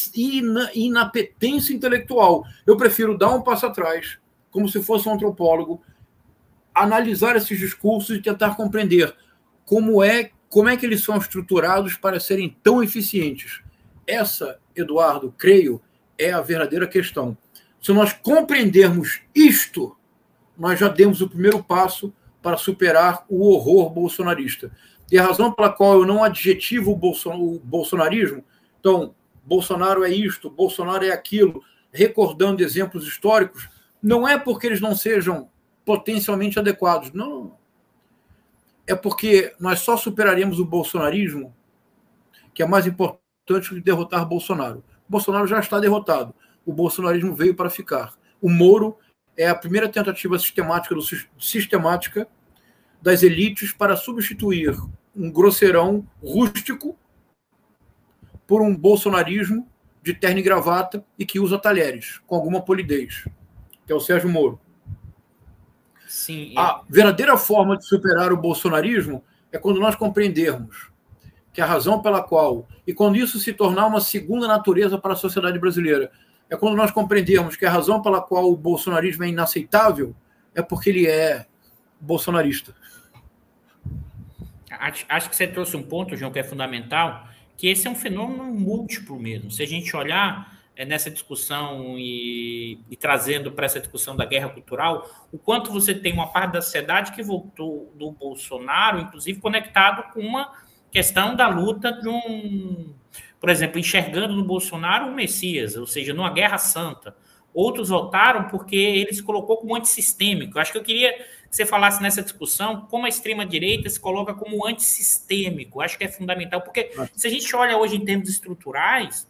inapetência intelectual. Eu prefiro dar um passo atrás, como se fosse um antropólogo, analisar esses discursos e tentar compreender como é que eles são estruturados para serem tão eficientes. Essa, Eduardo, creio, é a verdadeira questão. Se nós compreendermos isto, nós já demos o primeiro passo para superar o horror bolsonarista. E a razão pela qual eu não adjetivo o bolsonarismo, então, Bolsonaro é isto, Bolsonaro é aquilo, recordando exemplos históricos, não é porque eles não sejam potencialmente adequados, não. É porque nós só superaremos o bolsonarismo, que é mais importante que derrotar Bolsonaro. Bolsonaro já está derrotado. O bolsonarismo veio para ficar. O Moro é a primeira tentativa sistemática das elites para substituir um grosseirão rústico por um bolsonarismo de terno e gravata e que usa talheres, com alguma polidez, que é o Sérgio Moro. Sim, a verdadeira forma de superar o bolsonarismo é quando nós compreendermos que a razão pela qual, e quando isso se tornar uma segunda natureza para a sociedade brasileira, é quando nós compreendermos que a razão pela qual o bolsonarismo é inaceitável é porque ele é bolsonarista. Acho que você trouxe um ponto, João, que é fundamental, que esse é um fenômeno múltiplo mesmo. Se a gente olhar nessa discussão e trazendo para essa discussão da guerra cultural, o quanto você tem uma parte da sociedade que voltou do Bolsonaro, inclusive conectado com uma questão da luta de por exemplo, enxergando no Bolsonaro um Messias, ou seja, numa guerra santa. Outros votaram porque ele se colocou como antissistêmico. Acho que eu queria que você falasse nessa discussão como a extrema-direita se coloca como antissistêmico. Acho que é fundamental, porque se a gente olha hoje em termos estruturais,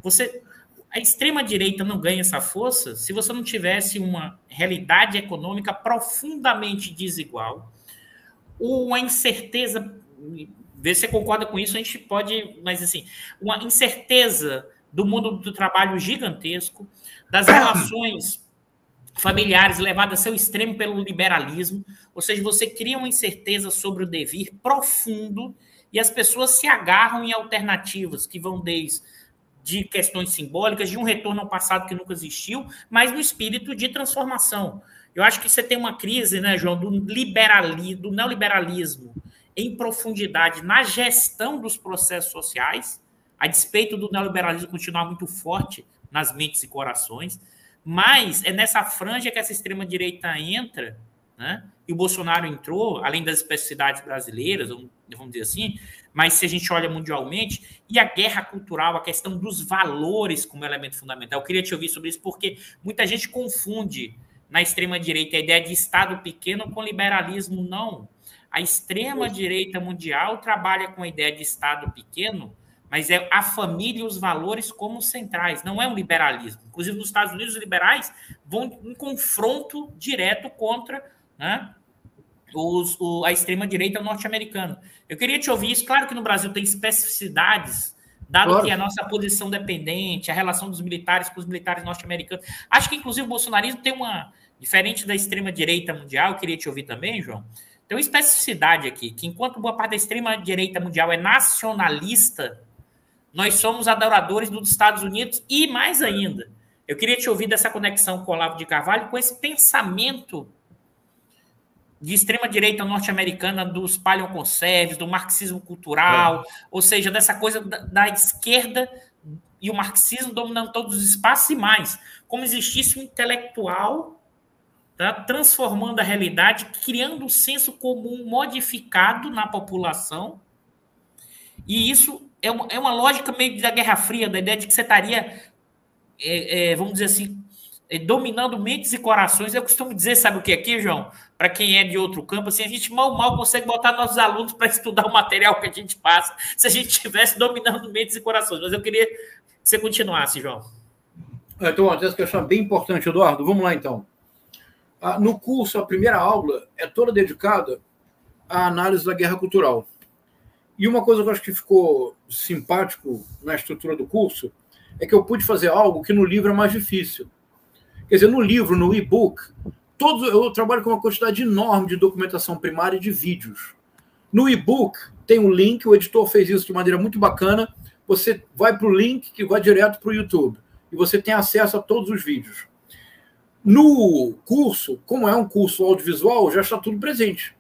a extrema-direita não ganha essa força se você não tivesse uma realidade econômica profundamente desigual, uma incerteza, ver se você concorda com isso, a gente pode, mas assim, uma incerteza do mundo do trabalho gigantesco, das relações familiares levadas a seu extremo pelo liberalismo, ou seja, você cria uma incerteza sobre o devir profundo e as pessoas se agarram em alternativas que vão desde de questões simbólicas, de um retorno ao passado que nunca existiu, mas no espírito de transformação. Eu acho que você tem uma crise, né, João, do neoliberalismo em profundidade na gestão dos processos sociais, a despeito do neoliberalismo continuar muito forte nas mentes e corações, mas é nessa franja que essa extrema-direita entra, né? E o Bolsonaro entrou, além das especificidades brasileiras, vamos dizer assim, mas se a gente olha mundialmente, e a guerra cultural, a questão dos valores como elemento fundamental. Eu queria te ouvir sobre isso, porque muita gente confunde na extrema-direita a ideia de Estado pequeno com liberalismo. Não. A extrema-direita mundial trabalha com a ideia de Estado pequeno, mas é a família e os valores como centrais, não é um liberalismo. Inclusive, nos Estados Unidos, os liberais vão em confronto direto contra, né, a extrema-direita norte-americana. Eu queria te ouvir isso. Claro que no Brasil tem especificidades, dado que a nossa posição dependente, a relação dos militares com os militares norte-americanos. Acho que, inclusive, o bolsonarismo tem uma... Diferente da extrema-direita mundial, eu queria te ouvir também, João, tem uma especificidade aqui, que enquanto boa parte da extrema-direita mundial é nacionalista, nós somos adoradores dos Estados Unidos e mais ainda. Eu queria te ouvir dessa conexão com o Olavo de Carvalho, com esse pensamento de extrema-direita norte-americana dos paleoconserves, do marxismo cultural, ou seja, dessa coisa da esquerda e o marxismo dominando todos os espaços e mais, como existisse um intelectual, tá, transformando a realidade, criando um senso comum modificado na população, e isso é uma lógica meio da Guerra Fria, da ideia de que você estaria, vamos dizer assim, dominando mentes e corações. Eu costumo dizer, sabe o que aqui, João? Para quem é de outro campo, assim, a gente mal consegue botar nossos alunos para estudar o material que a gente passa, se a gente estivesse dominando mentes e corações. Mas eu queria que você continuasse, João. Então, essa questão é bem importante, Eduardo. Vamos lá, então. No curso, a primeira aula é toda dedicada à análise da guerra cultural. E uma coisa que eu acho que ficou simpático na estrutura do curso é que eu pude fazer algo que no livro é mais difícil. Quer dizer, no livro, no e-book, eu trabalho com uma quantidade enorme de documentação primária e de vídeos. No e-book, tem um link, o editor fez isso de maneira muito bacana. Você vai para o link que vai direto para o YouTube. E você tem acesso a todos os vídeos. No curso, como é um curso audiovisual, já está tudo presente.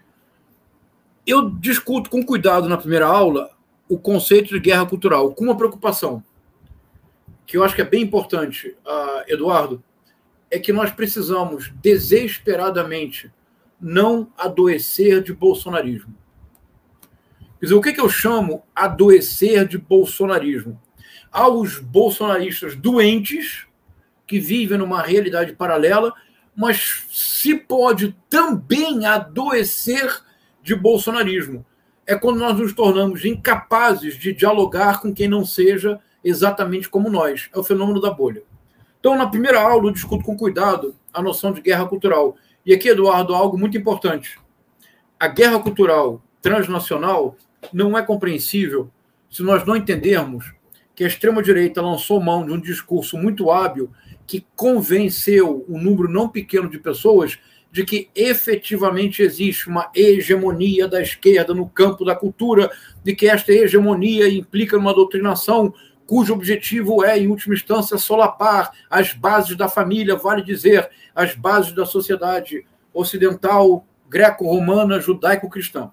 Eu discuto com cuidado na primeira aula o conceito de guerra cultural, com uma preocupação, que eu acho que é bem importante, Eduardo, é que nós precisamos desesperadamente não adoecer de bolsonarismo. Quer dizer, o que eu chamo adoecer de bolsonarismo? Há os bolsonaristas doentes, que vivem numa realidade paralela, mas se pode também adoecer de bolsonarismo. É quando nós nos tornamos incapazes de dialogar com quem não seja exatamente como nós. É o fenômeno da bolha. Então, na primeira aula, eu discuto com cuidado a noção de guerra cultural. E aqui, Eduardo, algo muito importante. A guerra cultural transnacional não é compreensível se nós não entendermos que a extrema-direita lançou mão de um discurso muito hábil que convenceu um número não pequeno de pessoas de que efetivamente existe uma hegemonia da esquerda no campo da cultura, de que esta hegemonia implica numa doutrinação cujo objetivo é, em última instância, solapar as bases da família, vale dizer, as bases da sociedade ocidental, greco-romana, judaico-cristã.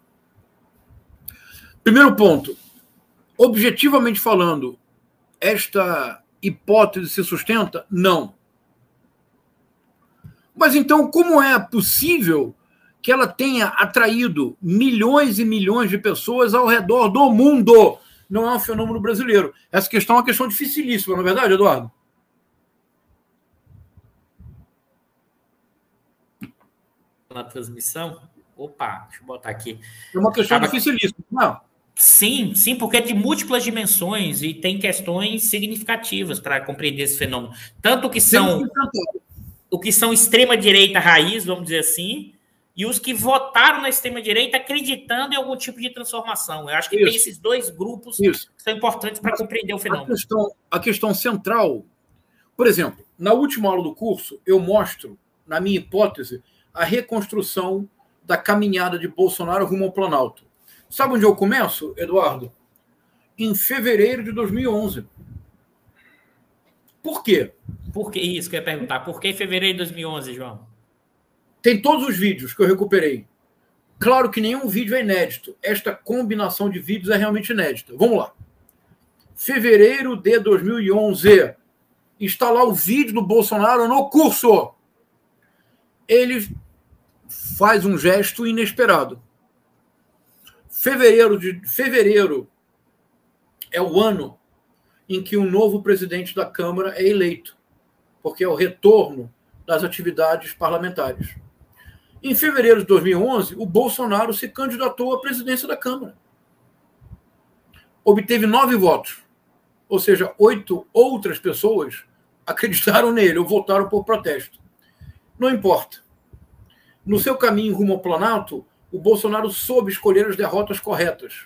Primeiro ponto, objetivamente falando, esta hipótese se sustenta? Não. Mas então, como é possível que ela tenha atraído milhões e milhões de pessoas ao redor do mundo? Não é um fenômeno brasileiro. Essa questão é uma questão dificilíssima, não é verdade, Eduardo? Na transmissão? Opa, deixa eu botar aqui. É uma questão dificilíssima, não? Sim, porque é de múltiplas dimensões e tem questões significativas para compreender esse fenômeno. Tanto que são o que são extrema-direita raiz, vamos dizer assim, e os que votaram na extrema-direita acreditando em algum tipo de transformação. Eu acho que tem esses dois grupos que são importantes para compreender o fenômeno. A questão central, por exemplo, na última aula do curso, eu mostro, na minha hipótese, a reconstrução da caminhada de Bolsonaro rumo ao Planalto. Sabe onde eu começo, Eduardo? Em fevereiro de 2011. Por quê? Por que isso que eu ia perguntar? Por que fevereiro de 2011, João? Tem todos os vídeos que eu recuperei. Claro que nenhum vídeo é inédito. Esta combinação de vídeos é realmente inédita. Vamos lá. Fevereiro de 2011. Está lá o vídeo do Bolsonaro no curso. Ele faz um gesto inesperado. Fevereiro é o ano em que um novo presidente da Câmara é eleito, porque é o retorno das atividades parlamentares. Em fevereiro de 2011, o Bolsonaro se candidatou à presidência da Câmara. Obteve 9 votos, ou seja, 8 outras pessoas acreditaram nele ou votaram por protesto. Não importa. No seu caminho rumo ao Planalto, o Bolsonaro soube escolher as derrotas corretas.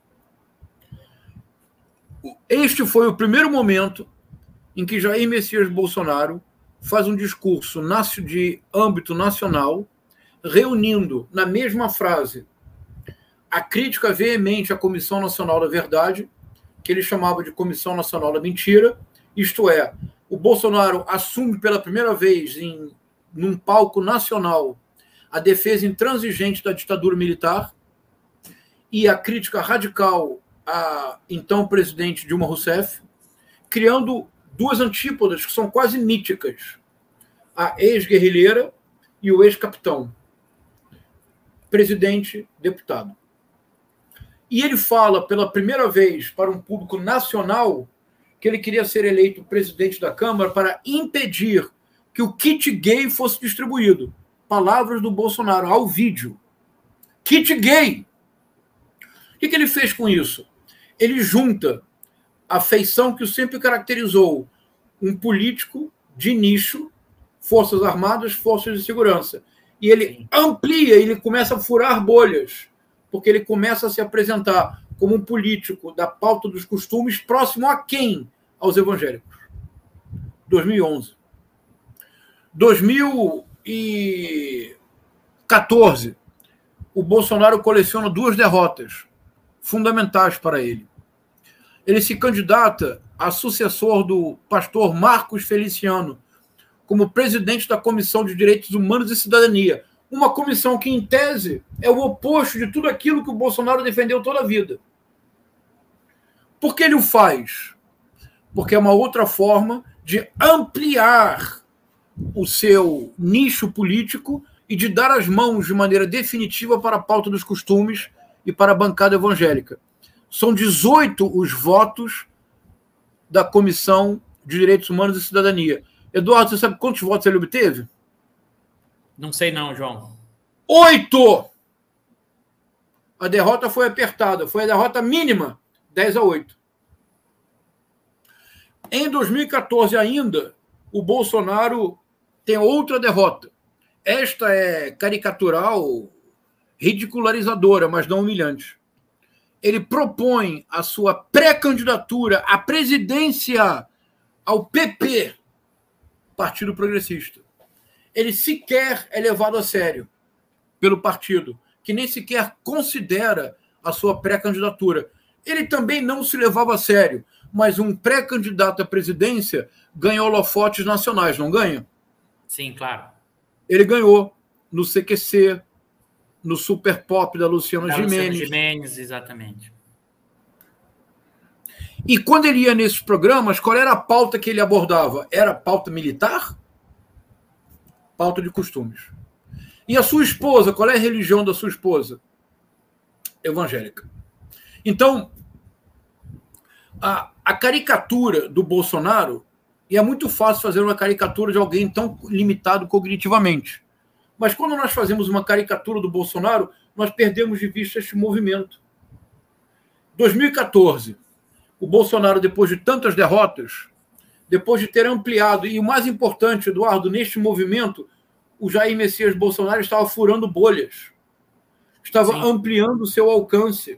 Este foi o primeiro momento em que Jair Messias Bolsonaro faz um discurso de âmbito nacional, reunindo na mesma frase a crítica veemente à Comissão Nacional da Verdade, que ele chamava de Comissão Nacional da Mentira, isto é, o Bolsonaro assume pela primeira vez num palco nacional a defesa intransigente da ditadura militar e a crítica radical à então presidente Dilma Rousseff, criando duas antípodas que são quase míticas, a ex-guerrilheira e o ex-capitão, presidente, deputado. E ele fala pela primeira vez para um público nacional que ele queria ser eleito presidente da Câmara para impedir que o kit gay fosse distribuído. Palavras do Bolsonaro ao vídeo. Kit gay! O que ele fez com isso? Ele junta a feição que o sempre caracterizou um político de nicho, Forças Armadas, Forças de Segurança. E ele amplia, ele começa a furar bolhas, porque ele começa a se apresentar como um político da pauta dos costumes próximo a quem? Aos evangélicos. 2011. 2014, o Bolsonaro coleciona duas derrotas fundamentais para ele. Ele se candidata a sucessor do pastor Marcos Feliciano como presidente da Comissão de Direitos Humanos e Cidadania, uma comissão que, em tese, é o oposto de tudo aquilo que o Bolsonaro defendeu toda a vida. Por que ele o faz? Porque é uma outra forma de ampliar o seu nicho político e de dar as mãos de maneira definitiva para a pauta dos costumes e para a bancada evangélica. São 18 os votos da Comissão de Direitos Humanos e Cidadania. Eduardo, você sabe quantos votos ele obteve? Não sei não, João. 8! A derrota foi apertada, foi a derrota mínima, 10-8. Em 2014 ainda, o Bolsonaro tem outra derrota. Esta é caricatural, ridicularizadora, mas não humilhante. Ele propõe a sua pré-candidatura à presidência ao PP, Partido Progressista. Ele sequer é levado a sério pelo partido, que nem sequer considera a sua pré-candidatura. Ele também não se levava a sério, mas um pré-candidato à presidência ganha holofotes nacionais, não ganha? Sim, claro. Ele ganhou no CQC, no Super Pop da Luciana Gimenez. Gimenez, exatamente. E quando ele ia nesses programas, qual era a pauta que ele abordava? Era pauta militar? Pauta de costumes. E a sua esposa, qual é a religião da sua esposa? Evangélica. Então, a caricatura do Bolsonaro, e é muito fácil fazer uma caricatura de alguém tão limitado cognitivamente. Mas quando nós fazemos uma caricatura do Bolsonaro, nós perdemos de vista este movimento. 2014, o Bolsonaro, depois de tantas derrotas, depois de ter ampliado, e o mais importante, Eduardo, neste movimento, o Jair Messias Bolsonaro estava furando bolhas, estava ampliando o seu alcance.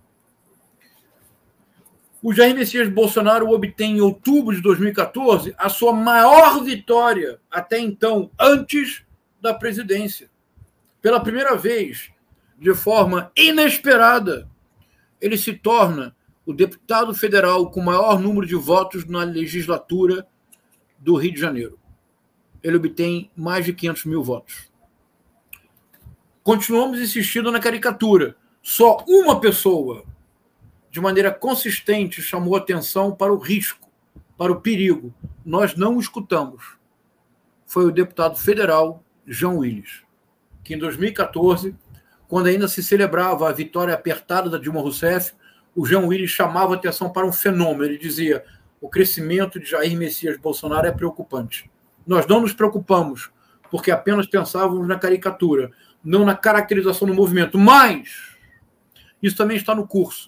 O Jair Messias Bolsonaro obtém, em outubro de 2014, a sua maior vitória até então, antes da presidência. Pela primeira vez, de forma inesperada, ele se torna o deputado federal com o maior número de votos na legislatura do Rio de Janeiro. Ele obtém mais de 500 mil votos. Continuamos insistindo na caricatura. Só uma pessoa, de maneira consistente, chamou atenção para o risco, para o perigo. Nós não o escutamos. Foi o deputado federal João Willis, que em 2014, quando ainda se celebrava a vitória apertada da Dilma Rousseff, o João Willis chamava atenção para um fenômeno. Ele dizia: o crescimento de Jair Messias Bolsonaro é preocupante. Nós não nos preocupamos, porque apenas pensávamos na caricatura, não na caracterização do movimento. Mas isso também está no curso.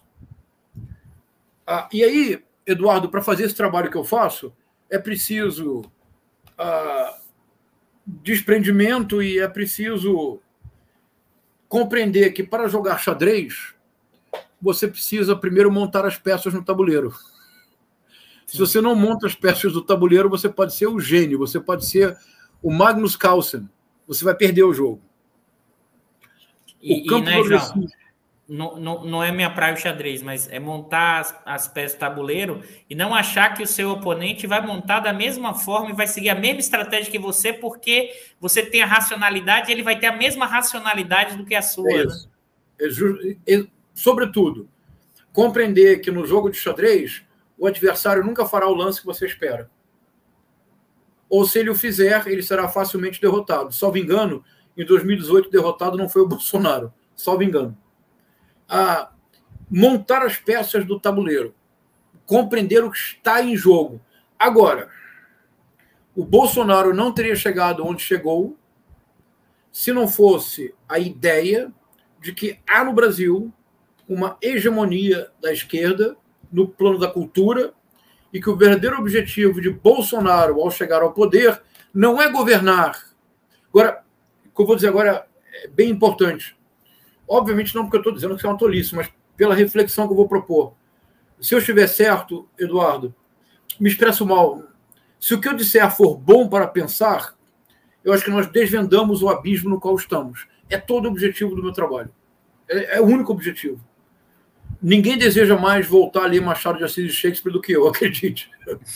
E aí, Eduardo, para fazer esse trabalho que eu faço, é preciso desprendimento e é preciso compreender que para jogar xadrez, você precisa primeiro montar as peças no tabuleiro. Se você não monta as peças do tabuleiro, você pode ser o gênio, você pode ser o Magnus Carlsen, você vai perder o jogo. O campo progressivo... Não é minha praia o xadrez, mas é montar as peças do tabuleiro e não achar que o seu oponente vai montar da mesma forma e vai seguir a mesma estratégia que você, porque você tem a racionalidade e ele vai ter a mesma racionalidade do que a sua. É isso. Né? Sobretudo, compreender que no jogo de xadrez, o adversário nunca fará o lance que você espera. Ou se ele o fizer, ele será facilmente derrotado. Salvo engano, em 2018, derrotado não foi o Bolsonaro. Salvo engano. A montar as peças do tabuleiro, compreender o que está em jogo. Agora, o Bolsonaro não teria chegado onde chegou se não fosse a ideia de que há no Brasil uma hegemonia da esquerda no plano da cultura e que o verdadeiro objetivo de Bolsonaro ao chegar ao poder não é governar. Agora, o que eu vou dizer agora é bem importante. Obviamente não porque eu estou dizendo que isso é uma tolice, mas pela reflexão que eu vou propor. Se eu estiver certo, Eduardo, me expresso mal. Se o que eu disser for bom para pensar, eu acho que nós desvendamos o abismo no qual estamos. É todo o objetivo do meu trabalho. É o único objetivo. Ninguém deseja mais voltar a ler Machado de Assis e Shakespeare do que eu, acredite.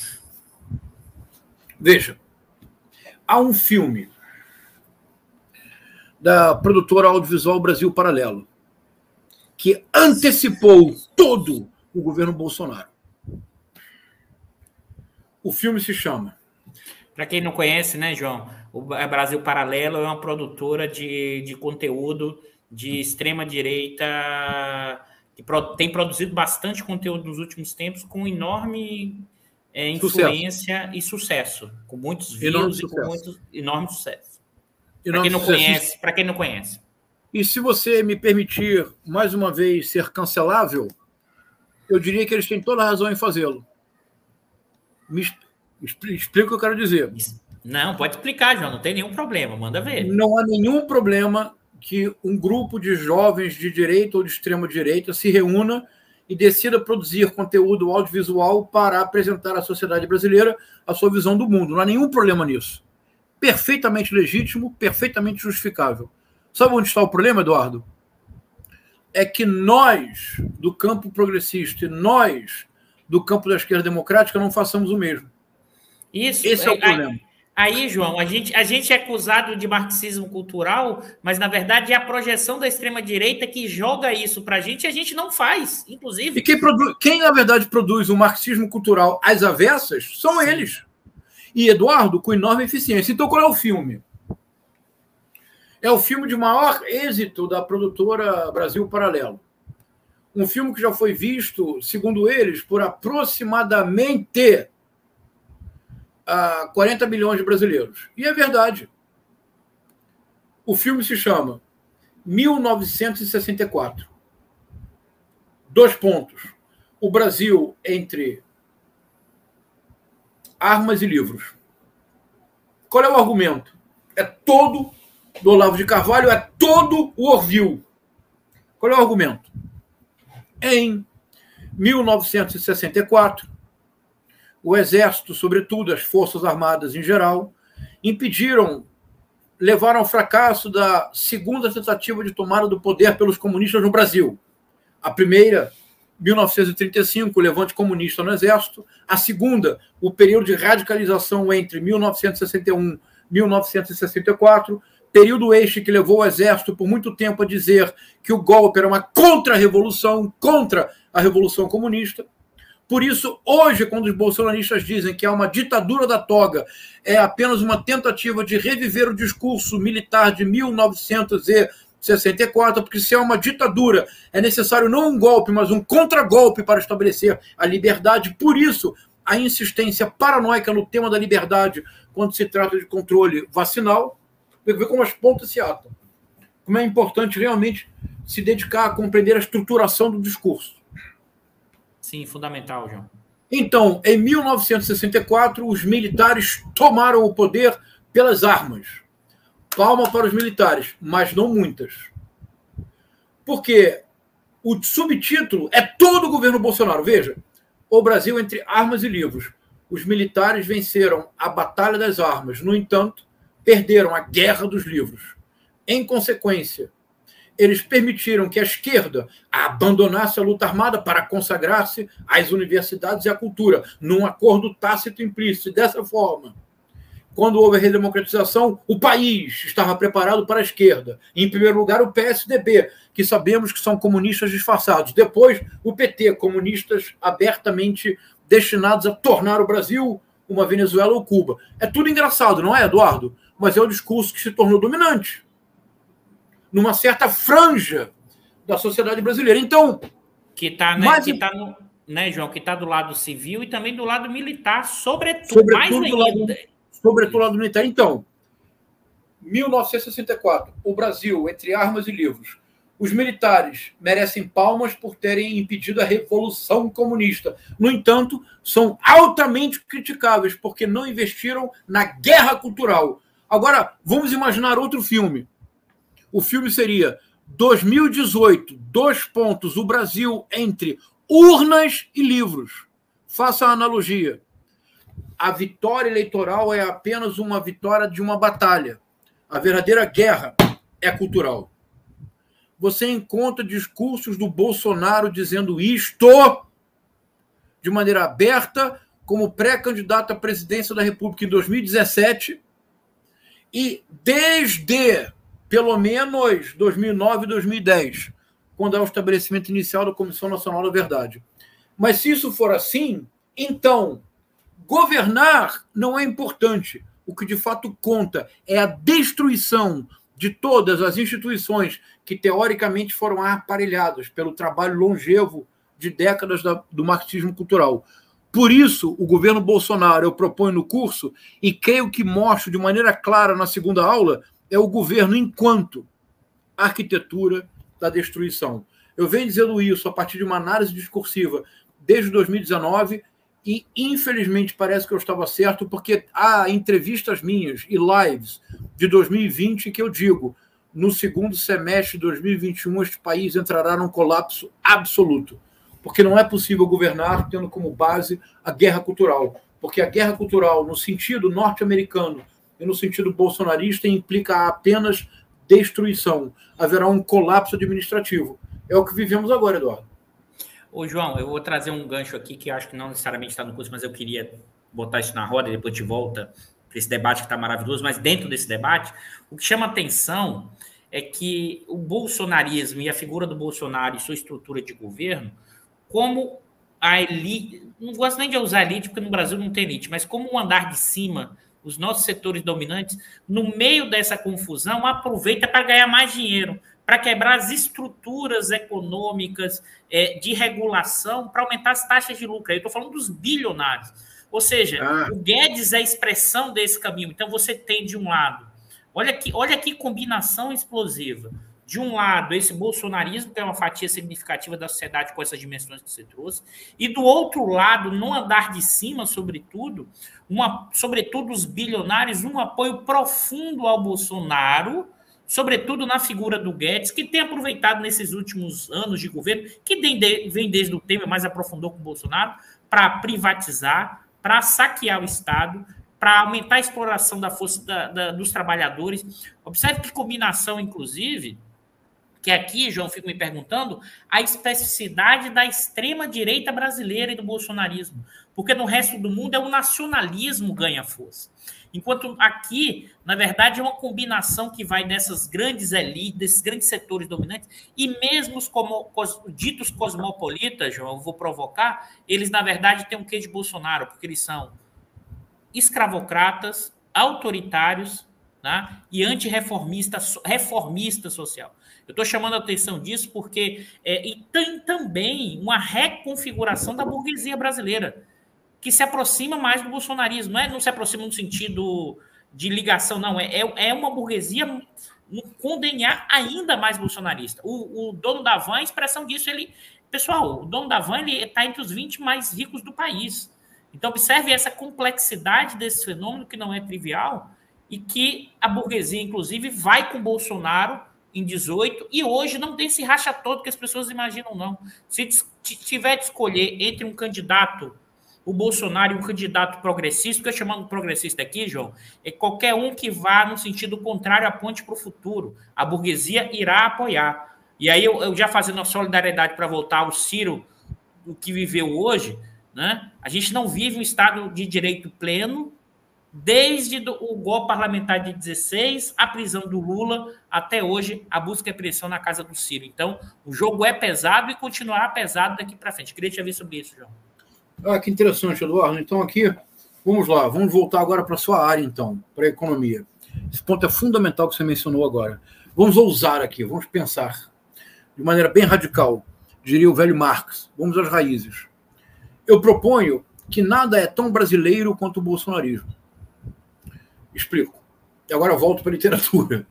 Veja, há um filme da produtora audiovisual Brasil Paralelo, que antecipou todo o governo Bolsonaro. O filme se chama... Para quem não conhece, né, João? O Brasil Paralelo é uma produtora de conteúdo de extrema-direita que tem produzido bastante conteúdo nos últimos tempos com enorme influência e sucesso, com muitos views e com muito enorme sucesso. Para quem não conhece. E se você me permitir, mais uma vez, ser cancelável, eu diria que eles têm toda a razão em fazê-lo. Explica o que eu quero dizer. Não, pode explicar, João, não tem nenhum problema, manda ver. Não há nenhum problema que um grupo de jovens de direita ou de extrema-direita se reúna e decida produzir conteúdo audiovisual para apresentar à sociedade brasileira a sua visão do mundo. Não há nenhum problema nisso. Perfeitamente legítimo, perfeitamente justificável. Sabe onde está o problema, Eduardo? É que nós, do campo progressista, e nós, do campo da esquerda democrática, não façamos o mesmo. Esse é o problema. Aí, João, a gente é acusado de marxismo cultural, mas, na verdade, é a projeção da extrema-direita que joga isso para a gente não faz, inclusive. E quem, na verdade, produz o marxismo cultural às avessas são eles. E, Eduardo, com enorme eficiência. Então, qual é o filme? É o filme de maior êxito da produtora Brasil Paralelo. Um filme que já foi visto, segundo eles, por aproximadamente 40 milhões de brasileiros. E é verdade. O filme se chama 1964. 2 pontos. O Brasil entre armas e livros. Qual é o argumento? É todo do Olavo de Carvalho, é todo o Orville. Qual é o argumento? Em 1964, o Exército, sobretudo as Forças Armadas em geral, levaram ao fracasso da segunda tentativa de tomada do poder pelos comunistas no Brasil. A primeira, 1935, o levante comunista no Exército. A segunda, o período de radicalização entre 1961 e 1964, período este que levou o Exército por muito tempo a dizer que o golpe era uma contra-revolução, contra a Revolução Comunista. Por isso, hoje, quando os bolsonaristas dizem que há uma ditadura da toga, é apenas uma tentativa de reviver o discurso militar de 1964, porque se é uma ditadura, é necessário não um golpe, mas um contragolpe para estabelecer a liberdade. Por isso, a insistência paranoica no tema da liberdade quando se trata de controle vacinal. Ver como as pontas se atam. Como é importante realmente se dedicar a compreender a estruturação do discurso. Sim, fundamental, João. Então, em 1964, os militares tomaram o poder pelas armas. Palma para os militares, mas não muitas. Porque o subtítulo é todo o governo Bolsonaro. Veja, o Brasil entre armas e livros. Os militares venceram a Batalha das Armas. No entanto, perderam a Guerra dos Livros. Em consequência, eles permitiram que a esquerda abandonasse a luta armada para consagrar-se às universidades e à cultura, num acordo tácito implícito. Dessa forma, quando houve a redemocratização, o país estava preparado para a esquerda. Em primeiro lugar, o PSDB, que sabemos que são comunistas disfarçados. Depois, o PT, comunistas abertamente destinados a tornar o Brasil uma Venezuela ou Cuba. É tudo engraçado, não é, Eduardo? Mas é o discurso que se tornou dominante numa certa franja da sociedade brasileira. Então, que está, né, João, que está do lado civil e também do lado militar, sobretudo mais ainda. Sobretudo do lado militar. Então, 1964, o Brasil, entre armas e livros. Os militares merecem palmas por terem impedido a Revolução Comunista. No entanto, são altamente criticáveis porque não investiram na guerra cultural. Agora, vamos imaginar outro filme. O filme seria 2018, o Brasil entre urnas e livros. Faça a analogia. A vitória eleitoral é apenas uma vitória de uma batalha. A verdadeira guerra é cultural. Você encontra discursos do Bolsonaro dizendo isto de maneira aberta, como pré-candidato à presidência da República em 2017, e desde, pelo menos, 2009 e 2010, quando há o estabelecimento inicial da Comissão Nacional da Verdade. Mas se isso for assim, então, governar não é importante. O que de fato conta é a destruição de todas as instituições que teoricamente foram aparelhadas pelo trabalho longevo de décadas do marxismo cultural. Por isso, o governo Bolsonaro, eu proponho no curso, e creio que mostro de maneira clara na segunda aula, é o governo enquanto arquitetura da destruição. Eu venho dizendo isso a partir de uma análise discursiva desde 2019 e, infelizmente, parece que eu estava certo, porque há entrevistas minhas e lives de 2020 que eu digo, no segundo semestre de 2021, este país entrará num colapso absoluto, porque não é possível governar tendo como base a guerra cultural, porque a guerra cultural, no sentido norte-americano e no sentido bolsonarista, implica apenas destruição. Haverá um colapso administrativo. É o que vivemos agora, Eduardo. Ô, João, eu vou trazer um gancho aqui que eu acho que não necessariamente está no curso, mas eu queria botar isso na roda e depois de volta para esse debate que está maravilhoso. Mas dentro desse debate, o que chama atenção é que o bolsonarismo e a figura do Bolsonaro e sua estrutura de governo, como a elite, não gosto nem de usar elite, porque no Brasil não tem elite, mas como um andar de cima, os nossos setores dominantes, no meio dessa confusão, aproveita para ganhar mais dinheiro, para quebrar as estruturas econômicas de regulação, para aumentar as taxas de lucro. Eu estou falando dos bilionários. Ou seja, o Guedes é a expressão desse caminho. Então, você tem, de um lado, olha que combinação explosiva. De um lado, esse bolsonarismo, que é uma fatia significativa da sociedade com essas dimensões que você trouxe, e do outro lado, no andar de cima, sobretudo os bilionários, um apoio profundo ao Bolsonaro, sobretudo na figura do Guedes, que tem aproveitado nesses últimos anos de governo, que vem desde o Temer, mas aprofundou com o Bolsonaro, para privatizar, para saquear o Estado, para aumentar a exploração da força dos trabalhadores. Observe que combinação, inclusive, que aqui, João, fico me perguntando, a especificidade da extrema-direita brasileira e do bolsonarismo. Porque no resto do mundo é o nacionalismo ganha força. Enquanto aqui, na verdade, é uma combinação que vai dessas grandes elites, desses grandes setores dominantes, e mesmo os ditos cosmopolitas, João, eu vou provocar, eles, na verdade, têm um quê de Bolsonaro, porque eles são escravocratas, autoritários, né, e reformista social. Eu estou chamando a atenção disso porque e tem também uma reconfiguração da burguesia brasileira, que se aproxima mais do bolsonarismo. Não se aproxima no sentido de ligação, não. É uma burguesia com DNA ainda mais bolsonarista. O dono da Van é a expressão disso. Pessoal, o dono da Van está entre os 20 mais ricos do país. Então, observe essa complexidade desse fenômeno, que não é trivial, e que a burguesia, inclusive, vai com Bolsonaro em 18, e hoje não tem esse racha todo que as pessoas imaginam, não. Se tiver de escolher entre um candidato, o Bolsonaro, e um candidato progressista, o que eu chamo de progressista aqui, João, é qualquer um que vá no sentido contrário à ponte para o futuro. A burguesia irá apoiar. E aí, eu já fazendo a solidariedade para voltar ao Ciro, o que viveu hoje, né? A gente não vive um Estado de direito pleno, desde o golpe parlamentar de 16, a prisão do Lula, até hoje, a busca e apreensão na casa do Ciro. Então, o jogo é pesado e continuará pesado daqui para frente. Queria te ouvir sobre isso, João. Que interessante, Eduardo. Então, aqui, vamos lá. Vamos voltar agora para a sua área, então, para a economia. Esse ponto é fundamental que você mencionou agora. Vamos ousar aqui, vamos pensar de maneira bem radical, diria o velho Marx. Vamos às raízes. Eu proponho que nada é tão brasileiro quanto o bolsonarismo. Explico. E agora eu volto para a literatura.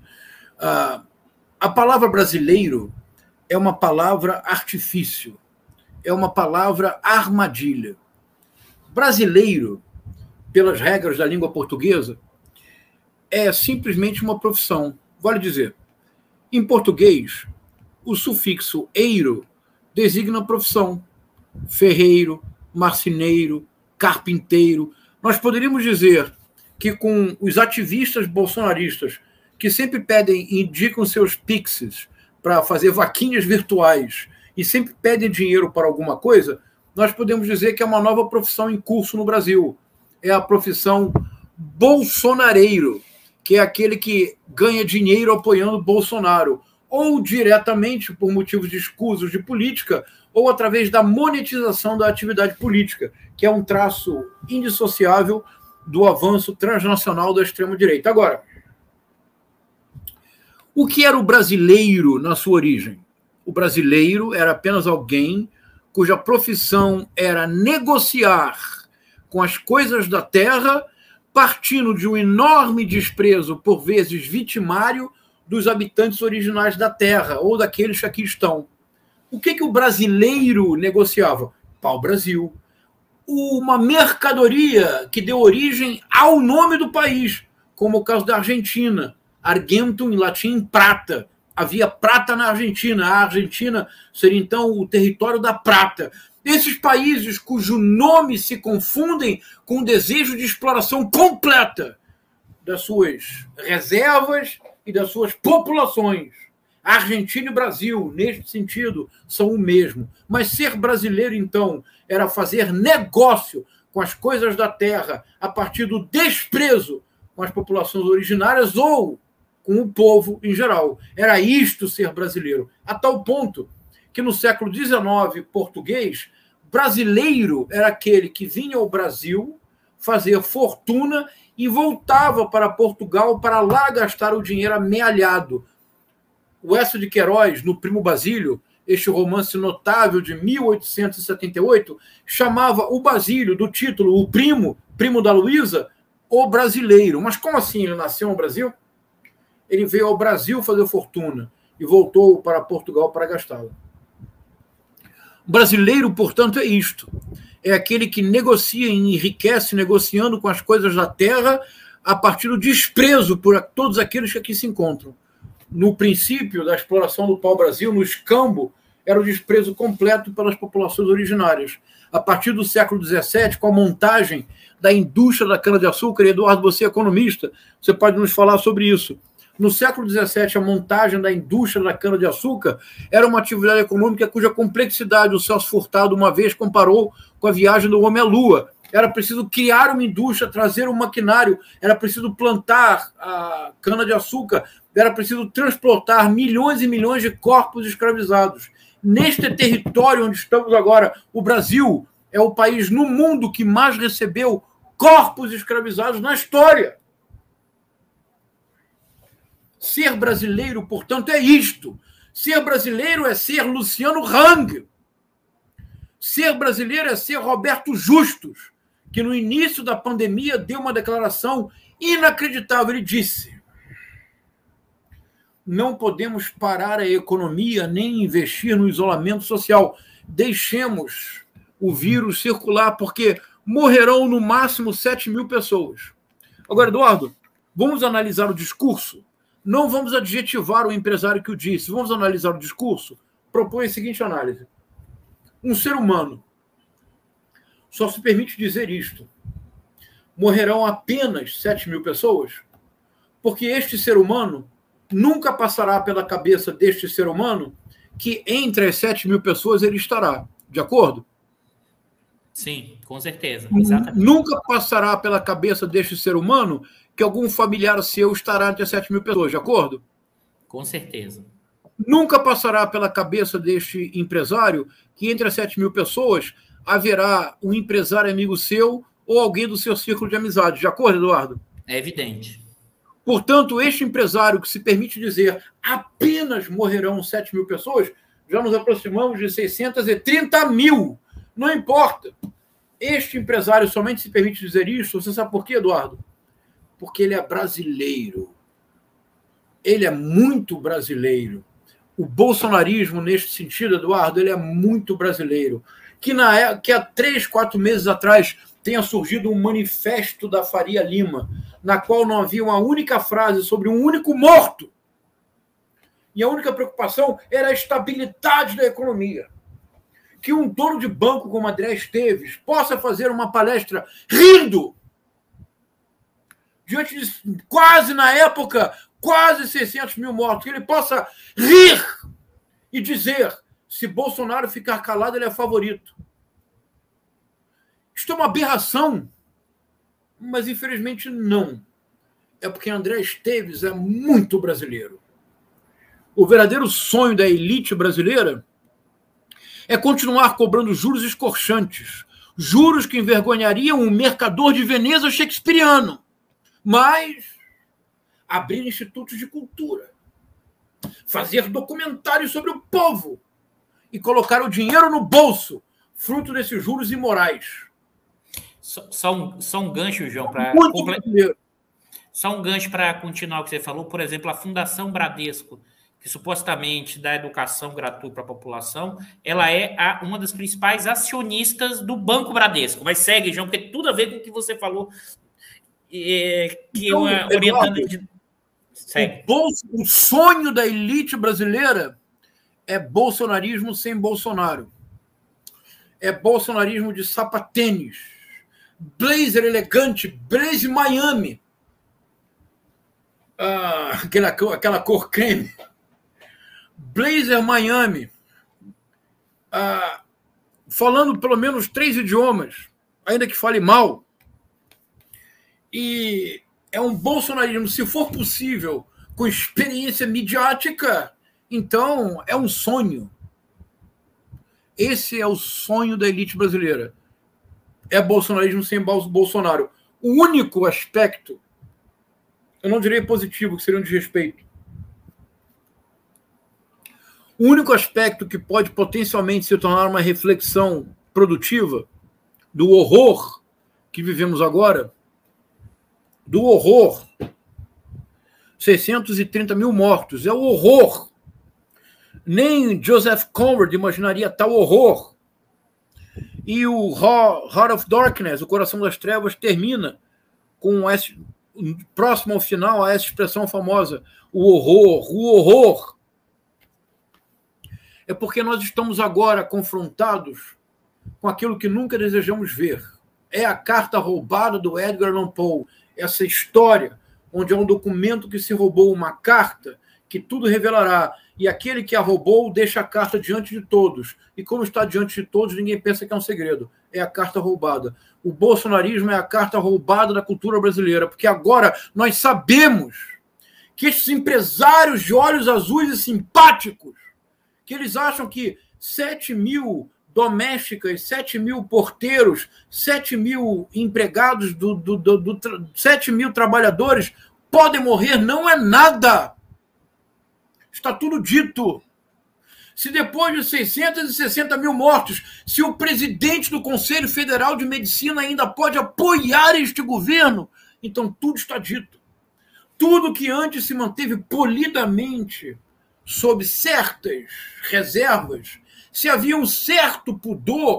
A palavra brasileiro é uma palavra artifício, é uma palavra armadilha. Brasileiro, pelas regras da língua portuguesa, é simplesmente uma profissão. Vale dizer, em português, o sufixo eiro designa profissão. Ferreiro, marceneiro, carpinteiro. Nós poderíamos dizer que com os ativistas bolsonaristas que sempre pedem e indicam seus pixies para fazer vaquinhas virtuais e sempre pedem dinheiro para alguma coisa, nós podemos dizer que é uma nova profissão em curso no Brasil. É a profissão bolsonareiro, que é aquele que ganha dinheiro apoiando Bolsonaro, ou diretamente por motivos de escusos de política, ou através da monetização da atividade política, que é um traço indissociável do avanço transnacional da extrema-direita. Agora, o que era o brasileiro na sua origem? O brasileiro era apenas alguém cuja profissão era negociar com as coisas da terra, partindo de um enorme desprezo, por vezes vitimário, dos habitantes originais da terra, ou daqueles que aqui estão. O que o brasileiro negociava? Pau-brasil. Uma mercadoria que deu origem ao nome do país, como o caso da Argentina. Argentum, em latim, prata. Havia prata na Argentina. A Argentina seria, então, o território da prata. Esses países cujo nome se confundem com o desejo de exploração completa das suas reservas e das suas populações. A Argentina e o Brasil, neste sentido, são o mesmo. Mas ser brasileiro, então, era fazer negócio com as coisas da terra a partir do desprezo com as populações originárias ou com o povo em geral. Era isto ser brasileiro. A tal ponto que no século XIX português, brasileiro era aquele que vinha ao Brasil fazer fortuna e voltava para Portugal para lá gastar o dinheiro amealhado. O Esso de Queiroz, no Primo Basílio, este romance notável de 1878, chamava o Basílio, do título, o primo da Luísa, o brasileiro. Mas como assim? Ele nasceu no Brasil? Ele veio ao Brasil fazer fortuna e voltou para Portugal para gastá-la. O brasileiro, portanto, é isto. É aquele que negocia e enriquece negociando com as coisas da terra a partir do desprezo por todos aqueles que aqui se encontram. No princípio da exploração do pau-brasil, no escambo, era o desprezo completo pelas populações originárias. A partir do século XVII, com a montagem da indústria da cana-de-açúcar, e Eduardo, você é economista, você pode nos falar sobre isso. No século XVII, a montagem da indústria da cana-de-açúcar era uma atividade econômica cuja complexidade o Celso Furtado uma vez comparou com a viagem do homem à Lua. Era preciso criar uma indústria, trazer um maquinário, era preciso plantar a cana-de-açúcar, era preciso transportar milhões e milhões de corpos escravizados. Neste território onde estamos agora, o Brasil é o país no mundo que mais recebeu corpos escravizados na história. Ser brasileiro, portanto, é isto. Ser brasileiro é ser Luciano Hang. Ser brasileiro é ser Roberto Justus, que no início da pandemia deu uma declaração inacreditável. Ele disse: não podemos parar a economia nem investir no isolamento social. Deixemos o vírus circular, porque morrerão no máximo 7 mil pessoas. Agora, Eduardo, Vamos analisar o discurso? Não vamos adjetivar o empresário que o disse. Vamos analisar o discurso? Propõe a seguinte análise. Um ser humano, só se permite dizer isto, morrerão apenas 7 mil pessoas, porque este ser humano nunca passará pela cabeça deste ser humano que entre as 7 mil pessoas ele estará. De acordo? Sim, com certeza. Exatamente. Nunca passará pela cabeça deste ser humano que algum familiar seu estará entre as 7 mil pessoas. De acordo? Com certeza. Nunca passará pela cabeça deste empresário que entre as 7 mil pessoas haverá um empresário amigo seu ou alguém do seu círculo de amizade. De acordo, Eduardo? É evidente. Portanto, este empresário que se permite dizer apenas morrerão 7 mil pessoas, já nos aproximamos de 630 mil. Não importa. Este empresário somente se permite dizer isso. Você sabe por quê, Eduardo? Porque ele é brasileiro. Ele é muito brasileiro. O bolsonarismo, neste sentido, Eduardo, ele é muito brasileiro. Que há 3, 4 meses atrás tenha surgido um manifesto da Faria Lima, na qual não havia uma única frase sobre um único morto. E a única preocupação era a estabilidade da economia. Que um dono de banco como André Esteves possa fazer uma palestra rindo, diante de quase, na época, quase 600 mil mortos, que ele possa rir e dizer, se Bolsonaro ficar calado, ele é favorito. Isto é uma aberração, mas infelizmente não. É porque André Esteves é muito brasileiro. O verdadeiro sonho da elite brasileira é continuar cobrando juros escorchantes, juros que envergonhariam um mercador de Veneza shakespeariano, mas abrir institutos de cultura, fazer documentários sobre o povo e colocar o dinheiro no bolso, fruto desses juros imorais. Só um gancho, João, para só um gancho para continuar o que você falou. Por exemplo, a Fundação Bradesco, que supostamente dá educação gratuita para a população, ela é uma das principais acionistas do Banco Bradesco. Mas segue, João, porque tem tudo a ver com o que você falou, então, orientando... O sonho da elite brasileira é bolsonarismo sem Bolsonaro. É bolsonarismo de sapatênis, blazer elegante, blaze Miami, aquela cor creme, blazer Miami, falando pelo menos 3 idiomas, ainda que fale mal. E é um bolsonarismo, se for possível, com experiência midiática, então é um sonho. Esse é o sonho da elite brasileira. É bolsonarismo sem Bolsonaro. O único aspecto, eu não direi positivo, que seria um desrespeito. O único aspecto que pode potencialmente se tornar uma reflexão produtiva do horror que vivemos agora, do horror, 630 mil mortos, é o horror. Nem Joseph Conrad imaginaria tal horror. E o Heart of Darkness, o Coração das Trevas, termina com próximo ao final a essa expressão famosa, o horror, o horror. É porque nós estamos agora confrontados com aquilo que nunca desejamos ver. É a carta roubada do Edgar Allan Poe, essa história onde é um documento que se roubou uma carta que tudo revelará, e aquele que a roubou deixa a carta diante de todos, e quando está diante de todos, ninguém pensa que é um segredo, é a carta roubada. O bolsonarismo é a carta roubada da cultura brasileira, porque agora nós sabemos que esses empresários de olhos azuis e simpáticos, que eles acham que 7 mil domésticas, 7 mil porteiros, 7 mil empregados, 7 mil trabalhadores podem morrer, não é nada. Está tudo dito. Se depois de 660 mil mortos, se o presidente do Conselho Federal de Medicina ainda pode apoiar este governo, então tudo está dito. Tudo que antes se manteve polidamente sob certas reservas, se havia um certo pudor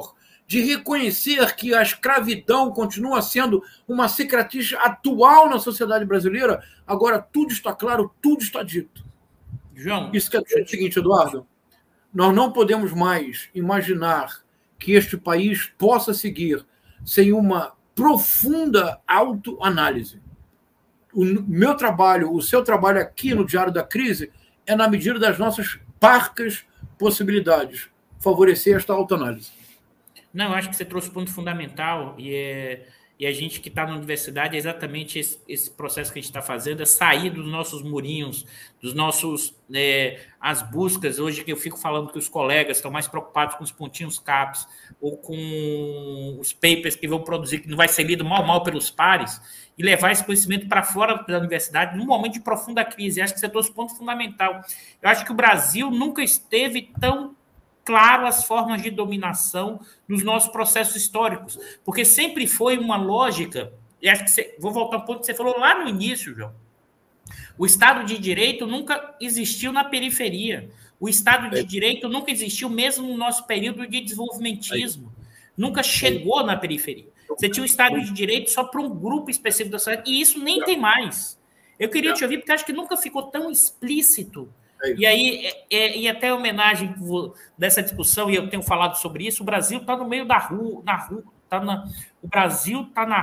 de reconhecer que a escravidão continua sendo uma cicatriz atual na sociedade brasileira, agora tudo está claro, tudo está dito. João, isso quer dizer o seguinte, Eduardo, nós não podemos mais imaginar que este país possa seguir sem uma profunda autoanálise. O meu trabalho, o seu trabalho aqui no Diário da Crise é na medida das nossas parcas possibilidades favorecer esta autoanálise. Não, eu acho que você trouxe um ponto fundamental e a gente que está na universidade é exatamente esse processo que a gente está fazendo, é sair dos nossos murinhos, dos nossos as buscas. Hoje que eu fico falando que os colegas estão mais preocupados com os pontinhos CAPES ou com os papers que vão produzir, que não vai ser lido mal pelos pares, e levar esse conhecimento para fora da universidade num momento de profunda crise. Acho que você trouxe um ponto fundamental. Eu acho que o Brasil nunca esteve tão claro as formas de dominação nos nossos processos históricos, porque sempre foi uma lógica, e acho que vou voltar um ponto que você falou lá no início, João. O Estado de Direito nunca existiu na periferia. O Estado de Direito nunca existiu mesmo no nosso período de desenvolvimentismo. Nunca chegou na periferia. Você tinha o Estado de Direito só para um grupo específico da sociedade, e isso nem tem mais. Eu queria te ouvir, porque acho que nunca ficou tão explícito. E aí, e até em homenagem dessa discussão, e eu tenho falado sobre isso, o Brasil está no meio da rua, o Brasil está na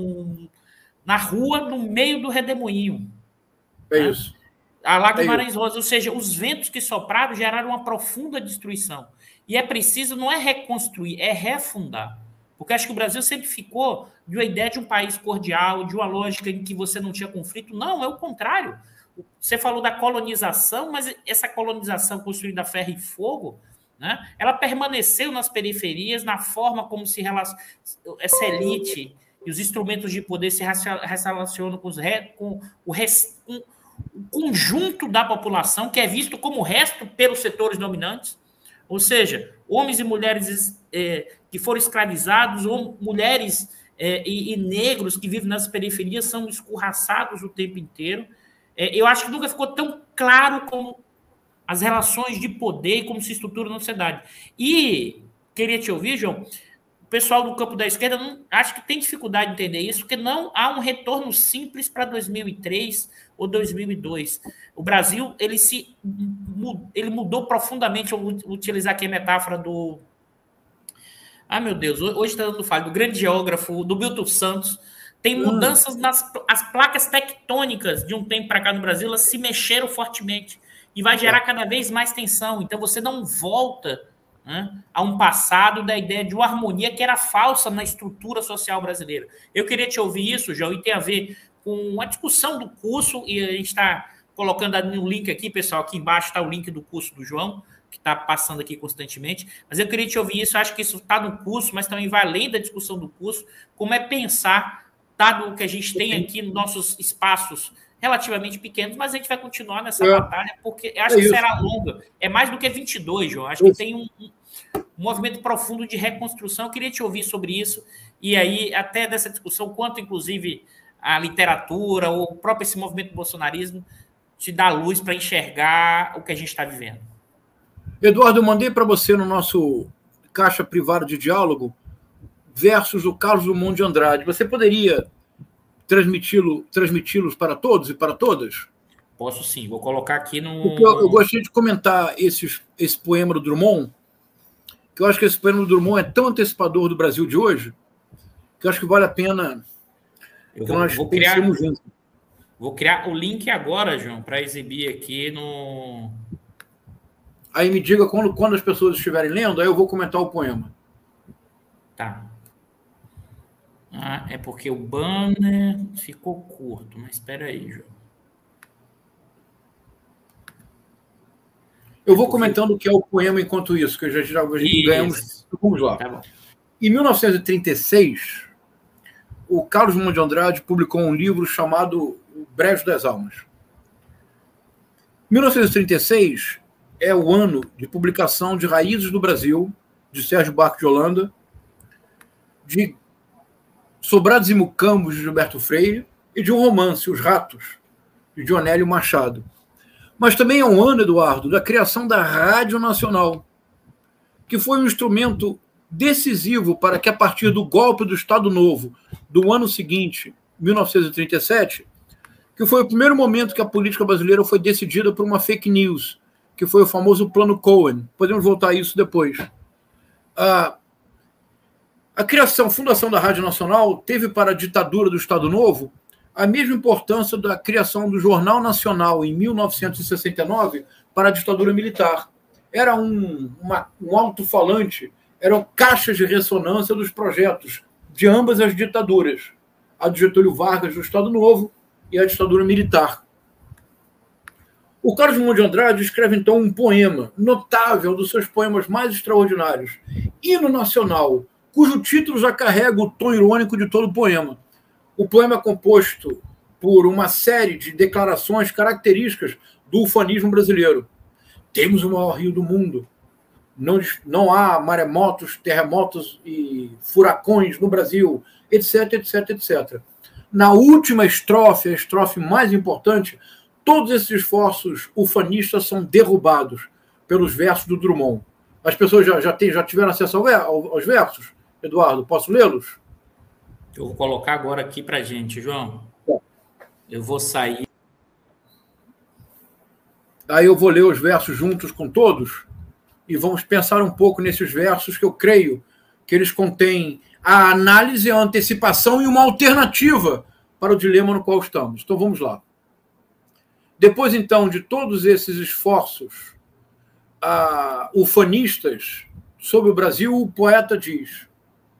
rua, no meio do redemoinho. É isso. A lá Guimarães Rosa, ou seja, os ventos que sopraram geraram uma profunda destruição. E é preciso, não é reconstruir, é refundar. Porque acho que o Brasil sempre ficou de uma ideia de um país cordial, de uma lógica em que você não tinha conflito. Não, é o contrário. Você falou da colonização, mas essa colonização construída a ferro e fogo, né, ela permaneceu nas periferias, na forma como se relaciona essa elite e os instrumentos de poder se relacionam com o conjunto da população, que é visto como resto pelos setores dominantes, ou seja, homens e mulheres que foram escravizados, ou mulheres e negros que vivem nas periferias são escorraçados o tempo inteiro. Eu acho que nunca ficou tão claro como as relações de poder e como se estrutura na sociedade. E queria te ouvir, João, o pessoal do campo da esquerda acho que tem dificuldade de entender isso, porque não há um retorno simples para 2003 ou 2002. O Brasil ele mudou profundamente, eu vou utilizar aqui a metáfora do... Ah, meu Deus, hoje está dando falha, do grande geógrafo, do Milton Santos. Tem mudanças as placas tectônicas de um tempo para cá no Brasil, elas se mexeram fortemente e vai gerar cada vez mais tensão. Então você não volta, né, a um passado da ideia de uma harmonia que era falsa na estrutura social brasileira. Eu queria te ouvir isso, João, e tem a ver com a discussão do curso, e a gente está colocando no link aqui, pessoal, aqui embaixo está o link do curso do João, que está passando aqui constantemente, mas eu queria te ouvir isso, eu acho que isso está no curso, mas também vai além da discussão do curso, como é pensar, dado o que a gente tem aqui nos nossos espaços relativamente pequenos, mas a gente vai continuar nessa batalha, porque eu acho que será longa. É mais do que 22, João. Acho que tem um movimento profundo de reconstrução. Eu queria te ouvir sobre isso, e aí, até dessa discussão, quanto, inclusive, a literatura, ou o próprio esse movimento do bolsonarismo, te dá luz para enxergar o que a gente está vivendo. Eduardo, eu mandei para você no nosso caixa privada de diálogo versos do Carlos Drummond de Andrade. Você poderia transmiti-los para todos e para todas? Posso sim, vou colocar aqui no... Porque eu gostaria de comentar esse poema do Drummond, que eu acho que esse poema do Drummond é tão antecipador do Brasil de hoje, que eu acho que vale a pena Vou criar o link agora, João, para exibir aqui no... Aí me diga quando as pessoas estiverem lendo, aí eu vou comentar o poema. Tá. É porque o banner ficou curto, mas espera aí, João. Eu vou comentando o que é o poema enquanto isso, que já ganhamos. Vamos lá. Tá bom. Em 1936, o Carlos Drummond de Andrade publicou um livro chamado O Brejo das Almas. 1936 é o ano de publicação de Raízes do Brasil, de Sérgio Buarque de Holanda, de Sobrados e Mucambos, de Gilberto Freire, e de um romance, Os Ratos, de Dionélio Machado. Mas também é um ano, Eduardo, da criação da Rádio Nacional, que foi um instrumento decisivo para que, a partir do golpe do Estado Novo do ano seguinte, 1937, que foi o primeiro momento que a política brasileira foi decidida por uma fake news, que foi o famoso Plano Cohen. Podemos voltar a isso depois. A fundação da Rádio Nacional teve para a ditadura do Estado Novo a mesma importância da criação do Jornal Nacional em 1969 para a ditadura militar. Era um alto-falante, eram caixas de ressonância dos projetos de ambas as ditaduras, a de Getúlio Vargas do Estado Novo e a ditadura militar. O Carlos Drummond de Andrade escreve, então, um poema notável, dos seus poemas mais extraordinários, Hino Nacional, cujo título já carrega o tom irônico de todo o poema. O poema é composto por uma série de declarações características do ufanismo brasileiro. Temos o maior rio do mundo. Não há maremotos, terremotos e furacões no Brasil, etc, etc, etc. Na última estrofe, a estrofe mais importante, todos esses esforços ufanistas são derrubados pelos versos do Drummond. As pessoas já tiveram acesso aos versos? Eduardo, posso lê-los? Eu vou colocar agora aqui para a gente, João. Eu vou sair. Aí eu vou ler os versos juntos com todos e vamos pensar um pouco nesses versos, que eu creio que eles contêm a análise, a antecipação e uma alternativa para o dilema no qual estamos. Então vamos lá. Depois, então, de todos esses esforços ufanistas sobre o Brasil, o poeta diz: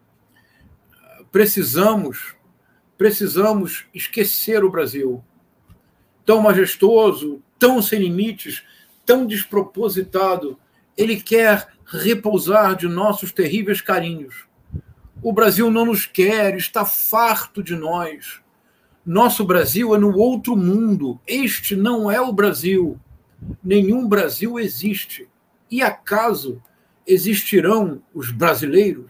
precisamos esquecer o Brasil, tão majestoso, tão sem limites, tão despropositado. Ele quer repousar de nossos terríveis carinhos. O Brasil não nos quer, está farto de nós. Nosso Brasil é no outro mundo. Este não é o Brasil. Nenhum Brasil existe. E acaso existirão os brasileiros?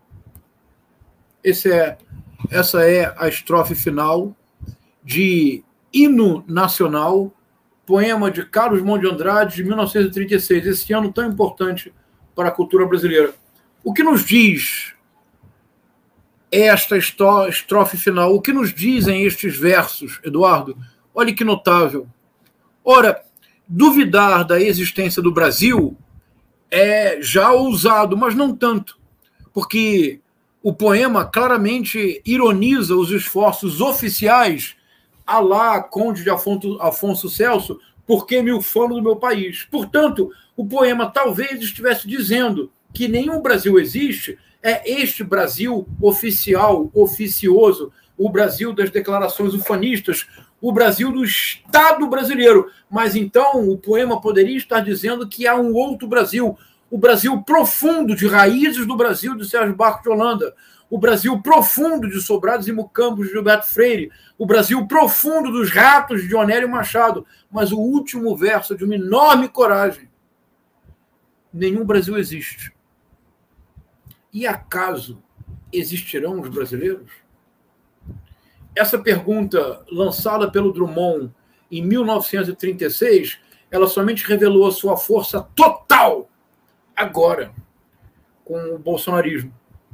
Essa é a estrofe final de Hino Nacional, poema de Carlos Drummond de Andrade, de 1936, esse ano tão importante para a cultura brasileira. O que nos diz esta estrofe final? O que nos dizem estes versos, Eduardo? Olha que notável. Ora, duvidar da existência do Brasil é já ousado, mas não tanto, porque o poema claramente ironiza os esforços oficiais à la Conde de Afonso Celso, porque me ufano do meu país. Portanto, o poema talvez estivesse dizendo que nenhum Brasil existe, é este Brasil oficial, oficioso, o Brasil das declarações ufanistas, o Brasil do Estado brasileiro. Mas então o poema poderia estar dizendo que há um outro Brasil, o Brasil profundo de raízes do Brasil de Sérgio Barco de Holanda, o Brasil profundo de Sobrados e Mucambos de Gilberto Freire, o Brasil profundo dos ratos de Onélio Machado. Mas o último verso de uma enorme coragem: nenhum Brasil existe. E acaso existirão os brasileiros? Essa pergunta, lançada pelo Drummond em 1936, ela somente revelou a sua força total agora, com o bolsonarismo.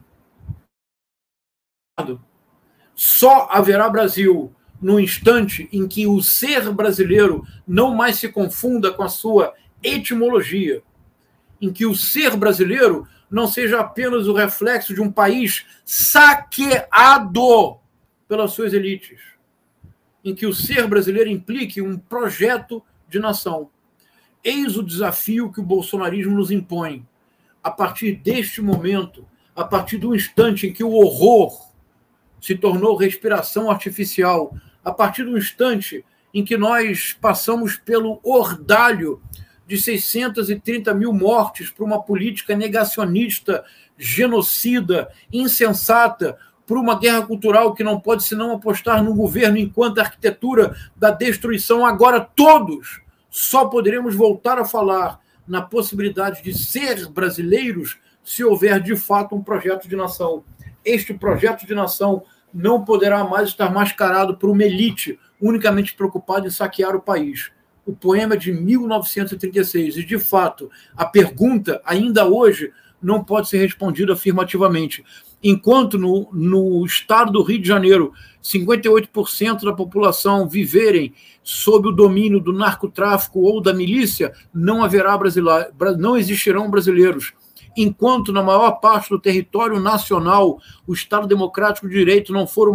Só haverá Brasil no instante em que o ser brasileiro não mais se confunda com a sua etimologia, em que o ser brasileiro não seja apenas o reflexo de um país saqueado pelas suas elites, em que o ser brasileiro implique um projeto de nação. Eis o desafio que o bolsonarismo nos impõe. A partir deste momento, a partir do instante em que o horror se tornou respiração artificial, a partir do instante em que nós passamos pelo ordalho de 630 mil mortes por uma política negacionista, genocida, insensata, por uma guerra cultural que não pode senão apostar no governo enquanto arquitetura da destruição, agora todos só poderemos voltar a falar na possibilidade de ser brasileiros se houver de fato um projeto de nação. Este projeto de nação não poderá mais estar mascarado por uma elite unicamente preocupada em saquear o país. O poema é de 1936 e, de fato, a pergunta, ainda hoje, não pode ser respondido afirmativamente. Enquanto no estado do Rio de Janeiro, 58% da população viverem sob o domínio do narcotráfico ou da milícia, não existirão brasileiros. Enquanto na maior parte do território nacional o Estado Democrático de Direito não for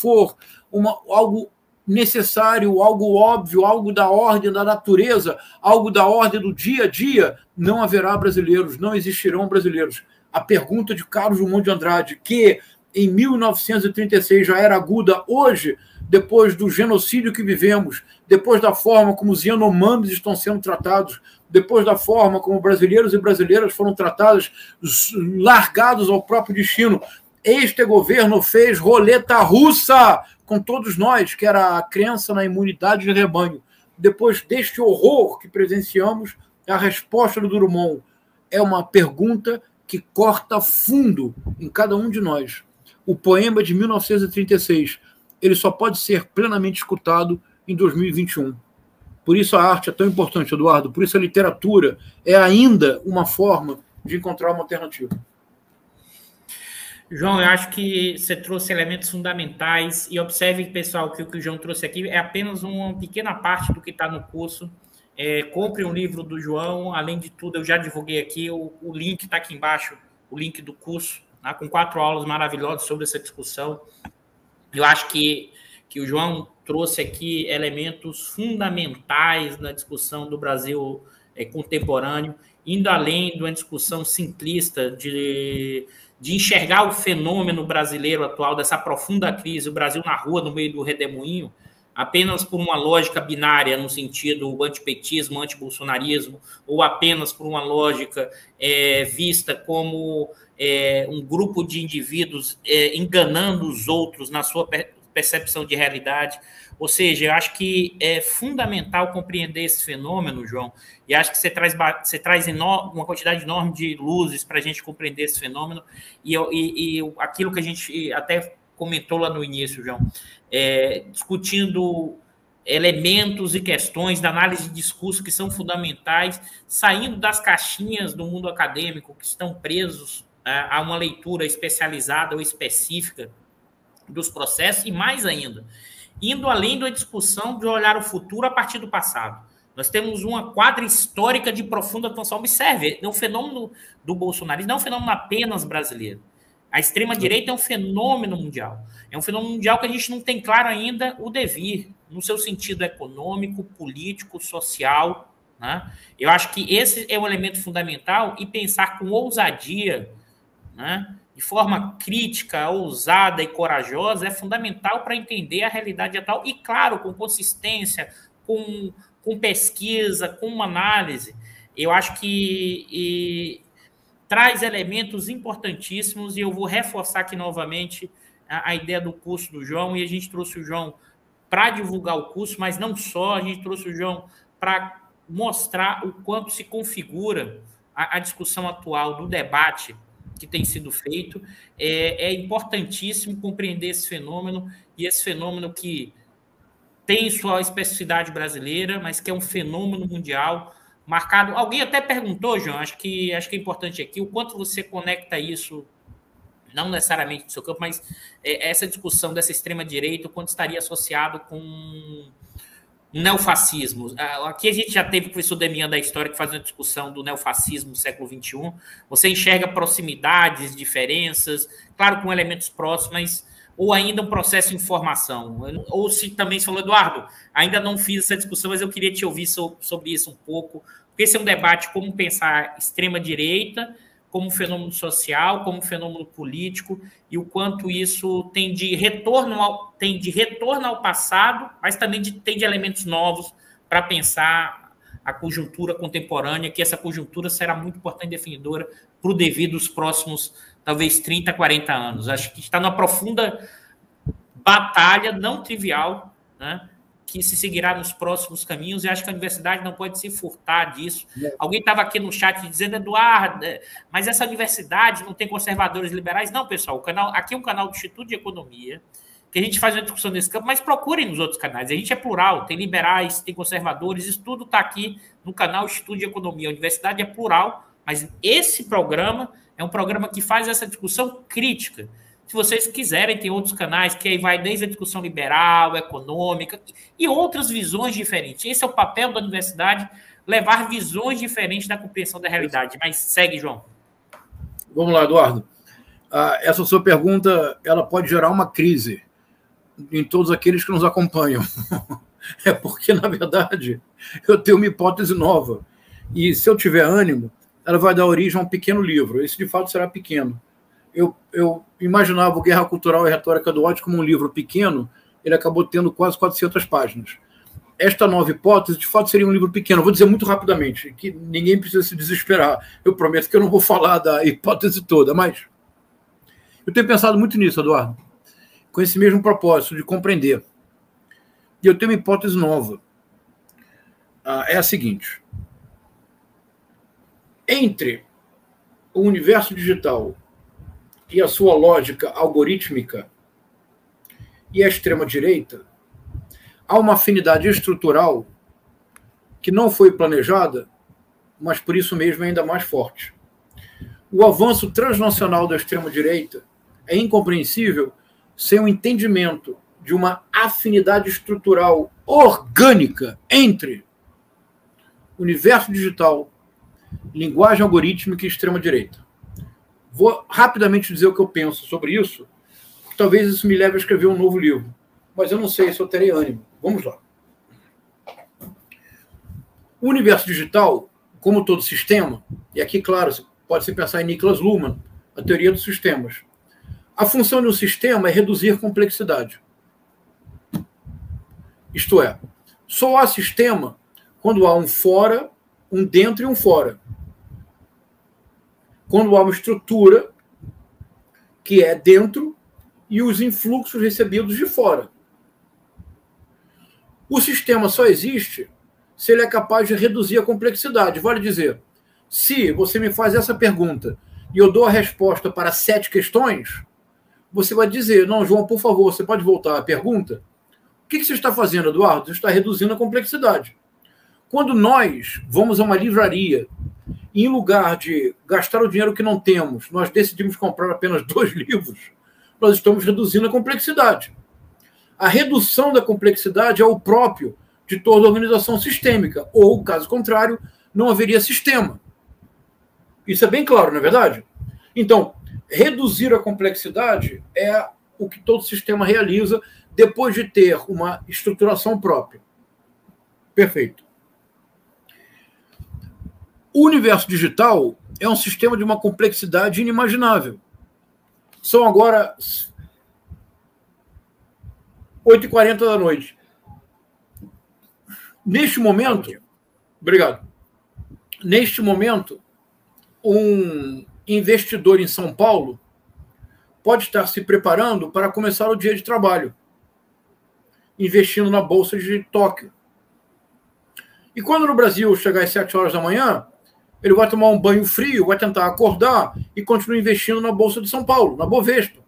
algo necessário, algo óbvio, algo da ordem da natureza, algo da ordem do dia a dia, não haverá brasileiros, não existirão brasileiros. A pergunta de Carlos Drummond de Andrade, que em 1936 já era aguda, hoje, depois do genocídio que vivemos, depois da forma como os Yanomamis estão sendo tratados, depois da forma como brasileiros e brasileiras foram tratados, largados ao próprio destino, este governo fez roleta russa com todos nós, que era a crença na imunidade de rebanho. Depois deste horror que presenciamos, a resposta do Drummond é uma pergunta que corta fundo em cada um de nós. O poema de 1936, ele só pode ser plenamente escutado em 2021. Por isso a arte é tão importante, Eduardo, por isso a literatura é ainda uma forma de encontrar uma alternativa. João, eu acho que você trouxe elementos fundamentais e observe, pessoal, que o que o João trouxe aqui é apenas uma pequena parte do que está no curso. Compre um livro do João. Além de tudo, eu já divulguei aqui, o link está aqui embaixo, o link do curso, tá? Com 4 aulas maravilhosas sobre essa discussão. Eu acho que o João trouxe aqui elementos fundamentais na discussão do Brasil contemporâneo, indo além de uma discussão simplista de enxergar o fenômeno brasileiro atual, dessa profunda crise, o Brasil na rua, no meio do redemoinho, apenas por uma lógica binária, no sentido antipetismo, antibolsonarismo, ou apenas por uma lógica vista como um grupo de indivíduos enganando os outros na sua percepção de realidade. Ou seja, eu acho que é fundamental compreender esse fenômeno, João, e acho que você traz uma quantidade enorme de luzes para a gente compreender esse fenômeno, e aquilo que a gente até comentou lá no início, João, discutindo elementos e questões da análise de discurso que são fundamentais, saindo das caixinhas do mundo acadêmico, que estão presos a uma leitura especializada ou específica dos processos, e mais ainda, indo além da discussão de olhar o futuro a partir do passado. Nós temos uma quadra histórica de profunda tensão. Observe, o fenômeno do bolsonarismo não é um fenômeno apenas brasileiro. A extrema-direita é um fenômeno mundial. É um fenômeno mundial que a gente não tem claro ainda o devir, no seu sentido econômico, político, social, né? Eu acho que esse é um elemento fundamental, e pensar com ousadia, né, de forma crítica, ousada e corajosa, é fundamental para entender a realidade atual e, claro, com consistência, com pesquisa, com uma análise. Eu acho que traz elementos importantíssimos, e eu vou reforçar aqui novamente a ideia do curso do João, e a gente trouxe o João para divulgar o curso, mas não só, a gente trouxe o João para mostrar o quanto se configura a discussão atual do debate que tem sido feito. É importantíssimo compreender esse fenômeno, e esse fenômeno que tem sua especificidade brasileira, mas que é um fenômeno mundial marcado. Alguém até perguntou, João, acho que é importante aqui, o quanto você conecta isso, não necessariamente no seu campo, mas essa discussão dessa extrema-direita, o quanto estaria associado com neofascismo. Aqui a gente já teve o professor Demian da História que faz uma discussão do neofascismo no século XXI. Você enxerga proximidades, diferenças, claro, com elementos próximos, mas ou ainda um processo de informação? Ou se também você falou, Eduardo, ainda não fiz essa discussão, mas eu queria te ouvir sobre isso um pouco, porque esse é um debate como pensar extrema-direita, como fenômeno social, como fenômeno político, e o quanto isso tem de retorno ao passado, mas também tem de elementos novos para pensar a conjuntura contemporânea, que essa conjuntura será muito importante e definidora para o devido dos próximos, talvez, 30, 40 anos. Acho que está numa profunda batalha, não trivial, né, que se seguirá nos próximos caminhos, e acho que a universidade não pode se furtar disso. Alguém estava aqui no chat dizendo, Eduardo, mas essa universidade não tem conservadores liberais? Não, pessoal, aqui é um canal do Instituto de Economia, que a gente faz uma discussão nesse campo, mas procurem nos outros canais. A gente é plural, tem liberais, tem conservadores, isso tudo está aqui no canal Instituto de Economia. A universidade é plural, mas esse programa É um programa que faz essa discussão crítica. Se vocês quiserem, tem outros canais que aí vai desde a discussão liberal, econômica e outras visões diferentes. Esse é o papel da universidade, levar visões diferentes da compreensão da realidade. Mas segue, João. Vamos lá, Eduardo. Essa sua pergunta, ela pode gerar uma crise em todos aqueles que nos acompanham. É porque, na verdade, eu tenho uma hipótese nova. E se eu tiver ânimo, ela vai dar origem a um pequeno livro. Esse, de fato, será pequeno. Eu imaginava o Guerra Cultural e Retórica do Ódio como um livro pequeno, ele acabou tendo quase 400 páginas. Esta nova hipótese, de fato, seria um livro pequeno. Vou dizer muito rapidamente, que ninguém precisa se desesperar. Eu prometo que eu não vou falar da hipótese toda, mas eu tenho pensado muito nisso, Eduardo, com esse mesmo propósito de compreender. E eu tenho uma hipótese nova. É a seguinte. Entre o universo digital e a sua lógica algorítmica e a extrema-direita, há uma afinidade estrutural que não foi planejada, mas por isso mesmo é ainda mais forte. O avanço transnacional da extrema-direita é incompreensível sem o entendimento de uma afinidade estrutural orgânica entre universo digital, linguagem algorítmica e extrema-direita. Vou rapidamente dizer o que eu penso sobre isso, porque talvez isso me leve a escrever um novo livro, mas eu não sei se eu terei ânimo. Vamos lá. O universo digital, como todo sistema, e aqui, claro, pode-se pensar em Niklas Luhmann, a teoria dos sistemas. A função de um sistema é reduzir complexidade. Isto é, só há sistema quando há um fora, um dentro e um fora. Quando há uma estrutura que é dentro e os influxos recebidos de fora. O sistema só existe se ele é capaz de reduzir a complexidade. Vale dizer, se você me faz essa pergunta e eu dou a resposta para 7 questões, você vai dizer, não, João, por favor, você pode voltar à pergunta? O que você está fazendo, Eduardo? Você está reduzindo a complexidade. Quando nós vamos a uma livraria e, em lugar de gastar o dinheiro que não temos, nós decidimos comprar apenas 2 livros, nós estamos reduzindo a complexidade. A redução da complexidade é o próprio de toda organização sistêmica, ou, caso contrário, não haveria sistema. Isso é bem claro, não é verdade? Então, reduzir a complexidade é o que todo sistema realiza depois de ter uma estruturação própria. Perfeito. O universo digital é um sistema de uma complexidade inimaginável. São agora 8h40 da noite. Neste momento, obrigado. Neste momento, um investidor em São Paulo pode estar se preparando para começar o dia de trabalho, investindo na Bolsa de Tóquio. E quando no Brasil chegar às 7 horas da manhã, ele vai tomar um banho frio, vai tentar acordar e continua investindo na Bolsa de São Paulo, na Bovespa.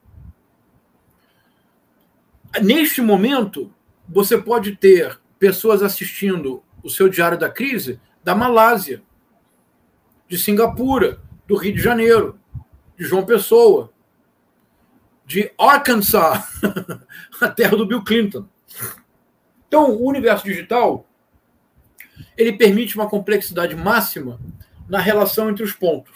Neste momento, você pode ter pessoas assistindo o seu Diário da Crise da Malásia, de Singapura, do Rio de Janeiro, de João Pessoa, de Arkansas, a terra do Bill Clinton. Então, o universo digital, ele permite uma complexidade máxima na relação entre os pontos.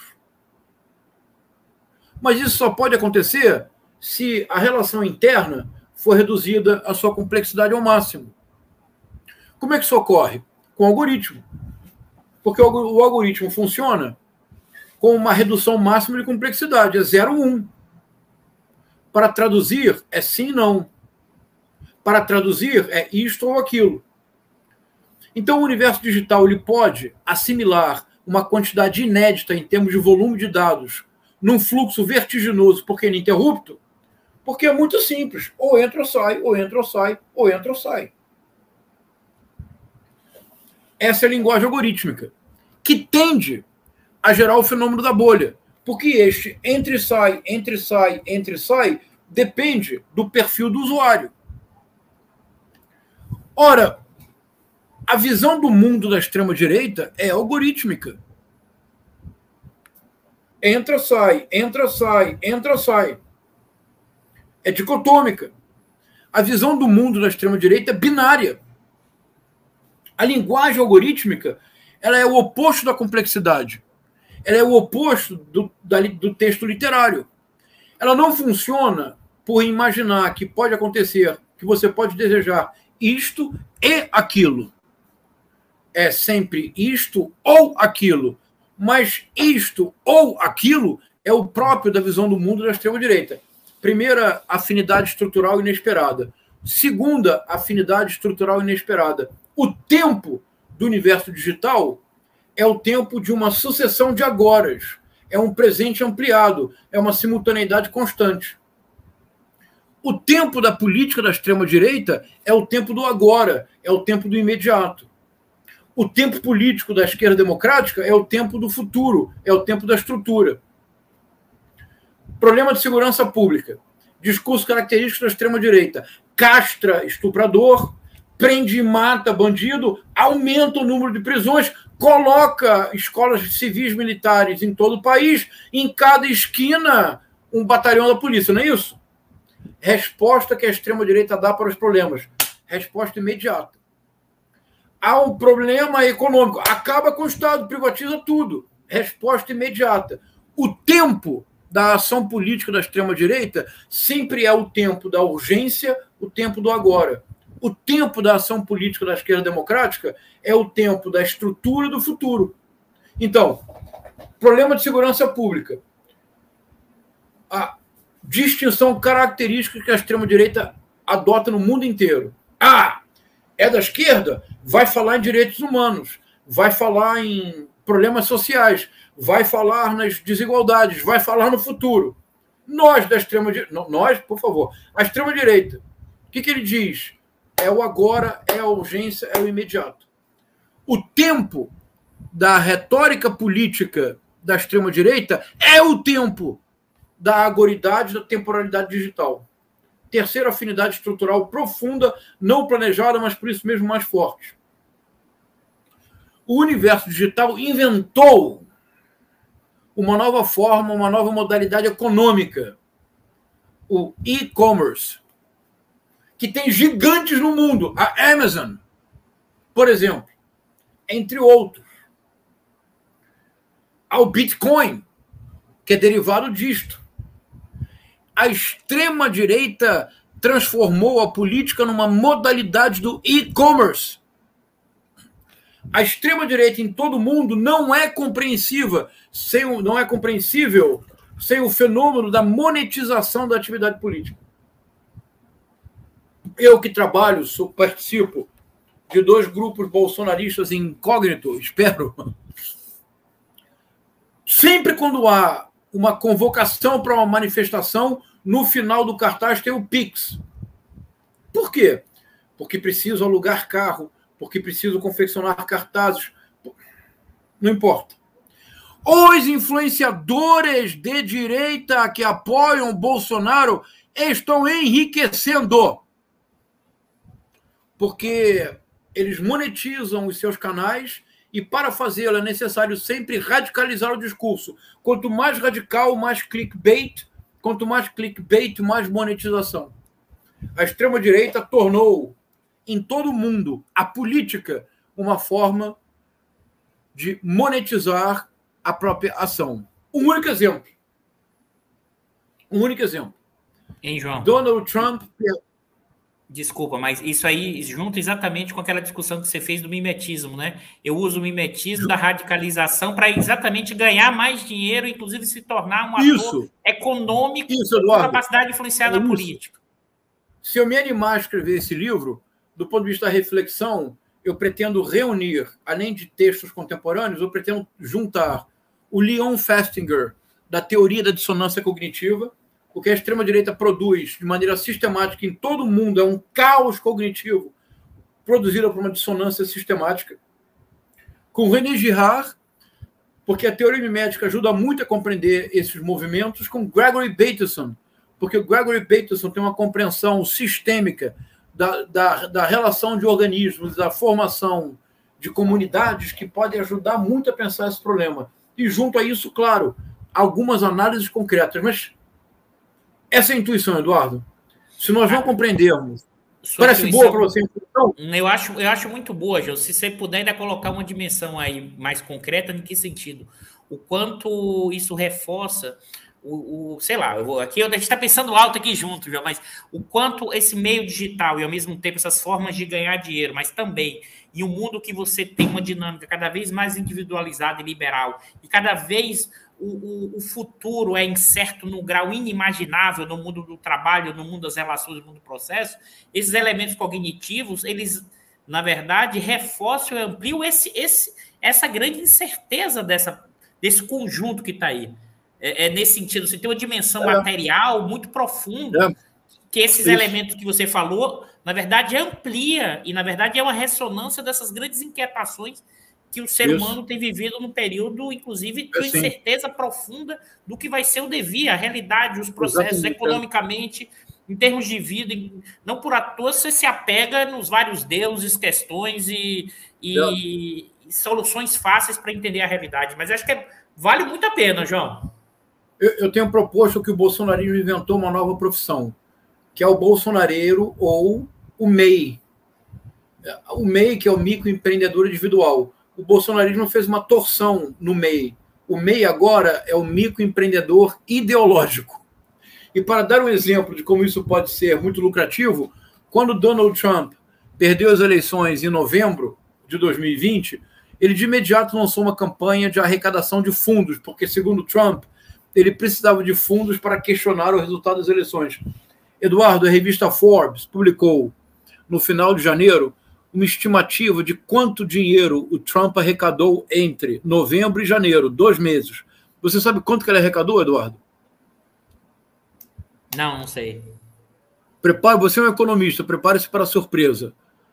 Mas isso só pode acontecer se a relação interna for reduzida a sua complexidade ao máximo. Como é que isso ocorre? Com o algoritmo. Porque o algoritmo funciona com uma redução máxima de complexidade, é 0 ou 1. Para traduzir, é sim e não. Para traduzir, é isto ou aquilo. Então, o universo digital ele pode assimilar uma quantidade inédita em termos de volume de dados num fluxo vertiginoso, porque ininterrupto, porque é muito simples. Ou entra ou sai, ou entra ou sai, ou entra ou sai. Essa é a linguagem algorítmica, que tende a gerar o fenômeno da bolha, porque este entre sai, entre sai, entre sai, depende do perfil do usuário. Ora, a visão do mundo da extrema-direita é algorítmica. entra, sai, entra, sai, entra, sai. É dicotômica. A visão do mundo da extrema-direita é binária. A linguagem algorítmica, ela é o oposto da complexidade. Ela é o oposto do texto literário. Ela não funciona por imaginar que pode acontecer, que você pode desejar isto e aquilo. É sempre isto ou aquilo. Mas isto ou aquilo é o próprio da visão do mundo da extrema-direita. Primeira, afinidade estrutural inesperada. Segunda, afinidade estrutural inesperada. O tempo do universo digital é o tempo de uma sucessão de agoras. É um presente ampliado. É uma simultaneidade constante. O tempo da política da extrema-direita é o tempo do agora. É o tempo do imediato. O tempo político da esquerda democrática é o tempo do futuro. É o tempo da estrutura. Problema de segurança pública. Discurso característico da extrema-direita. Castra estuprador, prende e mata bandido, aumenta o número de prisões, coloca escolas civis militares em todo o país, em cada esquina um batalhão da polícia, não é isso? Resposta que a extrema-direita dá para os problemas. Resposta imediata. Há um problema econômico. Acaba com o Estado, privatiza tudo. Resposta imediata. O tempo da ação política da extrema-direita sempre é o tempo da urgência, o tempo do agora. O tempo da ação política da esquerda democrática é o tempo da estrutura do futuro. Então, problema de segurança pública. A distinção característica que a extrema-direita adota no mundo inteiro. É da esquerda? Vai falar em direitos humanos, vai falar em problemas sociais, vai falar nas desigualdades, vai falar no futuro. Nós da extrema-direita... Nós, por favor. A extrema-direita, o que ele diz? É o agora, é a urgência, é o imediato. O tempo da retórica política da extrema-direita é o tempo da agoridade, da temporalidade digital. Terceira afinidade estrutural profunda, não planejada, mas por isso mesmo mais forte. O universo digital inventou uma nova forma, uma nova modalidade econômica, o e-commerce, que tem gigantes no mundo, a Amazon, por exemplo, entre outros. Ao Bitcoin, que é derivado disto. A extrema-direita transformou a política numa modalidade do e-commerce. A extrema-direita em todo o mundo não é compreensível sem o fenômeno da monetização da atividade política. Eu que trabalho, participo de 2 grupos bolsonaristas incógnito, espero. Sempre quando há uma convocação para uma manifestação, no final do cartaz tem o Pix. Por quê? Porque preciso alugar carro, porque preciso confeccionar cartazes. Não importa. Os influenciadores de direita que apoiam Bolsonaro estão enriquecendo. Porque eles monetizam os seus canais e, para fazê-lo, é necessário sempre radicalizar o discurso. Quanto mais radical, mais clickbait. Quanto mais clickbait, mais monetização. A extrema-direita tornou, em todo o mundo, a política uma forma de monetizar a própria ação. Um único exemplo. Hein, João? Donald Trump... Desculpa, mas isso aí junto exatamente com aquela discussão que você fez do mimetismo, né? Eu uso o mimetismo da radicalização para exatamente ganhar mais dinheiro, inclusive se tornar um ator econômico com capacidade de influenciar na política. Se eu me animar a escrever esse livro, do ponto de vista da reflexão, eu pretendo reunir, além de textos contemporâneos, eu pretendo juntar o Leon Festinger, da teoria da dissonância cognitiva, o que a extrema-direita produz de maneira sistemática em todo o mundo é um caos cognitivo produzido por uma dissonância sistemática. Com René Girard, porque a teoria mimética ajuda muito a compreender esses movimentos, com Gregory Bateson, porque o Gregory Bateson tem uma compreensão sistêmica da relação de organismos, da formação de comunidades que podem ajudar muito a pensar esse problema. E junto a isso, claro, algumas análises concretas. Mas essa é a intuição, Eduardo. Se nós não compreendermos, parece boa para você a intuição? Eu acho muito boa, João. Se você puder ainda colocar uma dimensão aí mais concreta, em que sentido? O quanto isso reforça sei lá, aqui a gente está pensando alto aqui junto, João, mas o quanto esse meio digital e ao mesmo tempo essas formas de ganhar dinheiro, mas também em um mundo que você tem uma dinâmica cada vez mais individualizada e liberal, e cada vez o futuro é incerto num grau inimaginável no mundo do trabalho, no mundo das relações, no mundo do processo, esses elementos cognitivos, eles, na verdade, reforçam e ampliam essa grande incerteza desse conjunto que está aí. Nesse sentido, você tem uma dimensão material muito profunda, que esses elementos que você falou, na verdade, amplia, e, na verdade, é uma ressonância dessas grandes inquietações que o ser humano tem vivido num período, inclusive, de incerteza profunda do que vai ser o devir, a realidade, os processos, economicamente, em termos de vida. Não por à toa você se apega nos vários deuses, questões e soluções fáceis para entender a realidade. Mas acho que vale muito a pena, João. Eu tenho proposto que o bolsonarismo inventou uma nova profissão, que é o bolsonareiro ou o MEI. O MEI, que é o microempreendedor individual. O bolsonarismo fez uma torção no MEI. O MEI agora é o microempreendedor ideológico. E para dar um exemplo de como isso pode ser muito lucrativo, quando Donald Trump perdeu as eleições em novembro de 2020, ele de imediato lançou uma campanha de arrecadação de fundos, porque, segundo Trump, ele precisava de fundos para questionar o resultado das eleições. Eduardo, a revista Forbes publicou, no final de janeiro, uma estimativa de quanto dinheiro o Trump arrecadou entre novembro e janeiro, 2 meses. Você sabe quanto que ele arrecadou, Eduardo? Não sei. Você é um economista, prepare-se para a surpresa.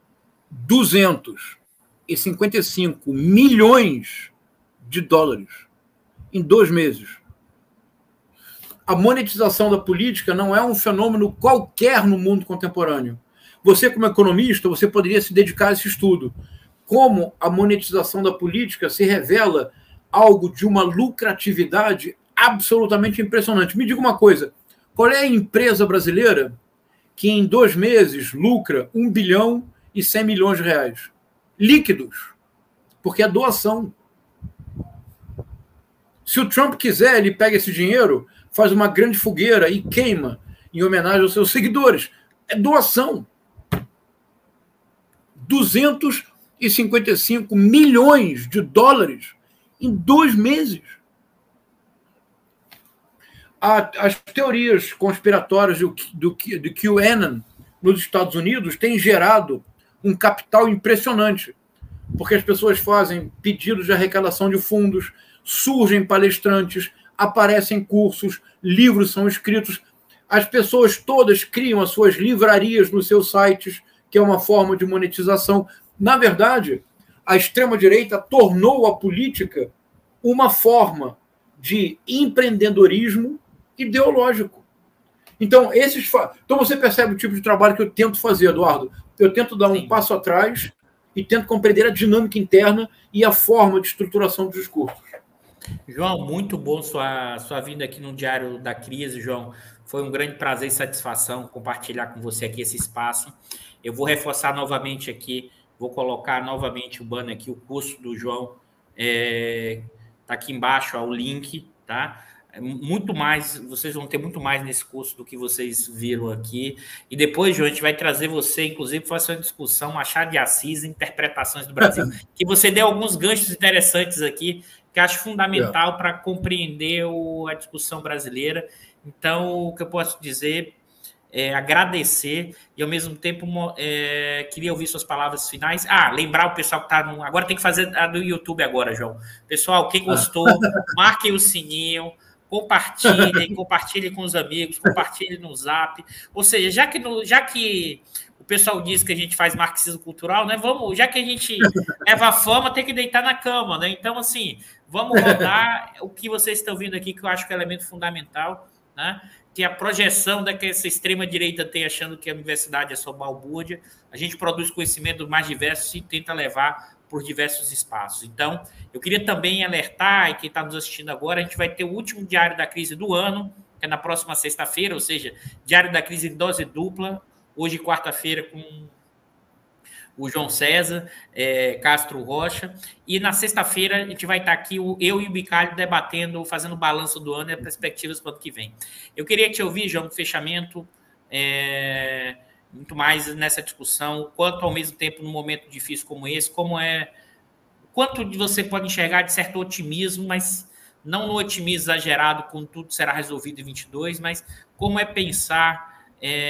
255 milhões de dólares em 2 meses. A monetização da política não é um fenômeno qualquer no mundo contemporâneo. Você, como economista, você poderia se dedicar a esse estudo. Como a monetização da política se revela algo de uma lucratividade absolutamente impressionante. Me diga uma coisa, qual é a empresa brasileira que em 2 meses lucra 1 bilhão e 100 milhões de reais? Líquidos, porque é doação. Se o Trump quiser, ele pega esse dinheiro, faz uma grande fogueira e queima em homenagem aos seus seguidores. É doação. 255 milhões de dólares em 2 meses. As teorias conspiratórias do QAnon nos Estados Unidos têm gerado um capital impressionante, porque as pessoas fazem pedidos de arrecadação de fundos, surgem palestrantes, aparecem cursos, livros são escritos, as pessoas todas criam as suas livrarias nos seus sites, que é uma forma de monetização. Na verdade, a extrema-direita tornou a política uma forma de empreendedorismo ideológico. Então, você percebe o tipo de trabalho que eu tento fazer, Eduardo. Eu tento dar um passo atrás e tento compreender a dinâmica interna e a forma de estruturação dos discursos. João, muito bom sua vinda aqui no Diário da Crise, João. Foi um grande prazer e satisfação compartilhar com você aqui esse espaço. Eu vou reforçar novamente aqui, vou colocar novamente o banner aqui, o curso do João. Está aqui embaixo o link, tá? Muito mais, vocês vão ter muito mais nesse curso do que vocês viram aqui. E depois, João, a gente vai trazer você, inclusive, para fazer uma discussão, Machado de Assis, interpretações do Brasil, que você deu alguns ganchos interessantes aqui, que acho fundamental para compreender a discussão brasileira. Então, o que eu posso dizer é agradecer e, ao mesmo tempo, queria ouvir suas palavras finais. Lembrar o pessoal que está no... Agora tem que fazer a do YouTube agora, João. Pessoal, quem gostou, marquem o sininho, compartilhem com os amigos, compartilhem no Zap. Ou seja, já que o pessoal diz que a gente faz marxismo cultural, né? Já que a gente leva a fama, tem que deitar na cama, né? Então, assim, vamos rodar o que vocês estão vendo aqui, que eu acho que é um elemento fundamental, né? Que a projeção que essa extrema-direita tem achando que a universidade é só balbúrdia. A gente produz conhecimento mais diverso e tenta levar por diversos espaços. Então, eu queria também alertar, e quem está nos assistindo agora, a gente vai ter o último Diário da Crise do ano, que é na próxima sexta-feira, ou seja, Diário da Crise em dose dupla, hoje, quarta-feira, com o João César Castro Rocha, e na sexta-feira a gente vai estar aqui, eu e o Bicalho, debatendo, fazendo o balanço do ano e as perspectivas para o ano que vem. Eu queria te ouvir, João, no fechamento, muito mais nessa discussão, quanto ao mesmo tempo, num momento difícil como esse, quanto você pode enxergar de certo otimismo, mas não no otimismo exagerado, com tudo será resolvido em 22, mas como é pensar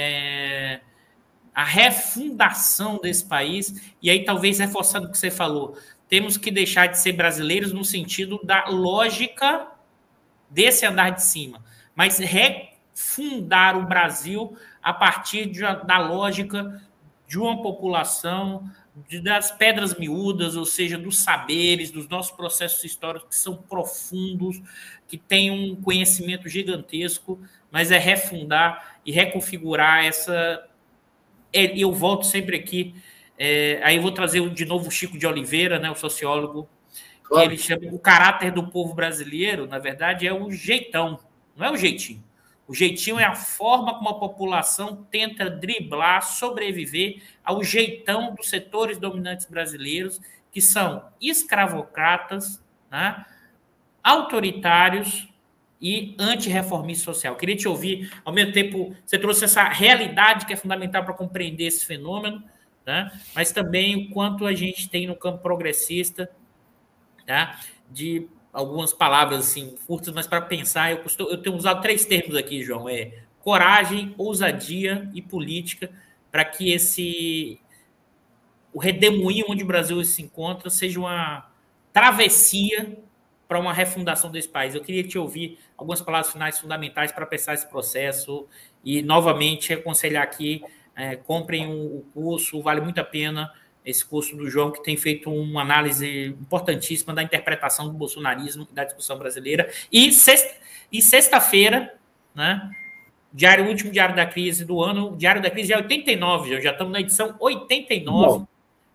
a refundação desse país, e aí talvez reforçando o que você falou, temos que deixar de ser brasileiros no sentido da lógica desse andar de cima, mas refundar o Brasil a partir da lógica de uma população, das pedras miúdas, ou seja, dos saberes, dos nossos processos históricos que são profundos, que têm um conhecimento gigantesco, mas é refundar e reconfigurar essa... Eu volto sempre aqui, aí eu vou trazer de novo o Chico de Oliveira, né, o sociólogo, claro, que ele chama o caráter do povo brasileiro, na verdade, é o jeitão, não é o jeitinho. O jeitinho é a forma como a população tenta driblar, sobreviver ao jeitão dos setores dominantes brasileiros, que são escravocratas, né, autoritários e antirreformista social. Queria te ouvir, ao mesmo tempo, você trouxe essa realidade que é fundamental para compreender esse fenômeno, né, mas também o quanto a gente tem no campo progressista, tá, de algumas palavras assim, curtas, mas para pensar, eu tenho usado 3 termos aqui, João, coragem, ousadia e política, para que o redemoinho onde o Brasil se encontra seja uma travessia para uma refundação desse país. Eu queria te ouvir algumas palavras finais fundamentais para pensar esse processo e, novamente, aconselhar aqui, comprem o curso, vale muito a pena, esse curso do João, que tem feito uma análise importantíssima da interpretação do bolsonarismo e da discussão brasileira. E sexta-feira, né, último Diário da Crise do ano, o Diário da Crise é 89, já estamos na edição 89,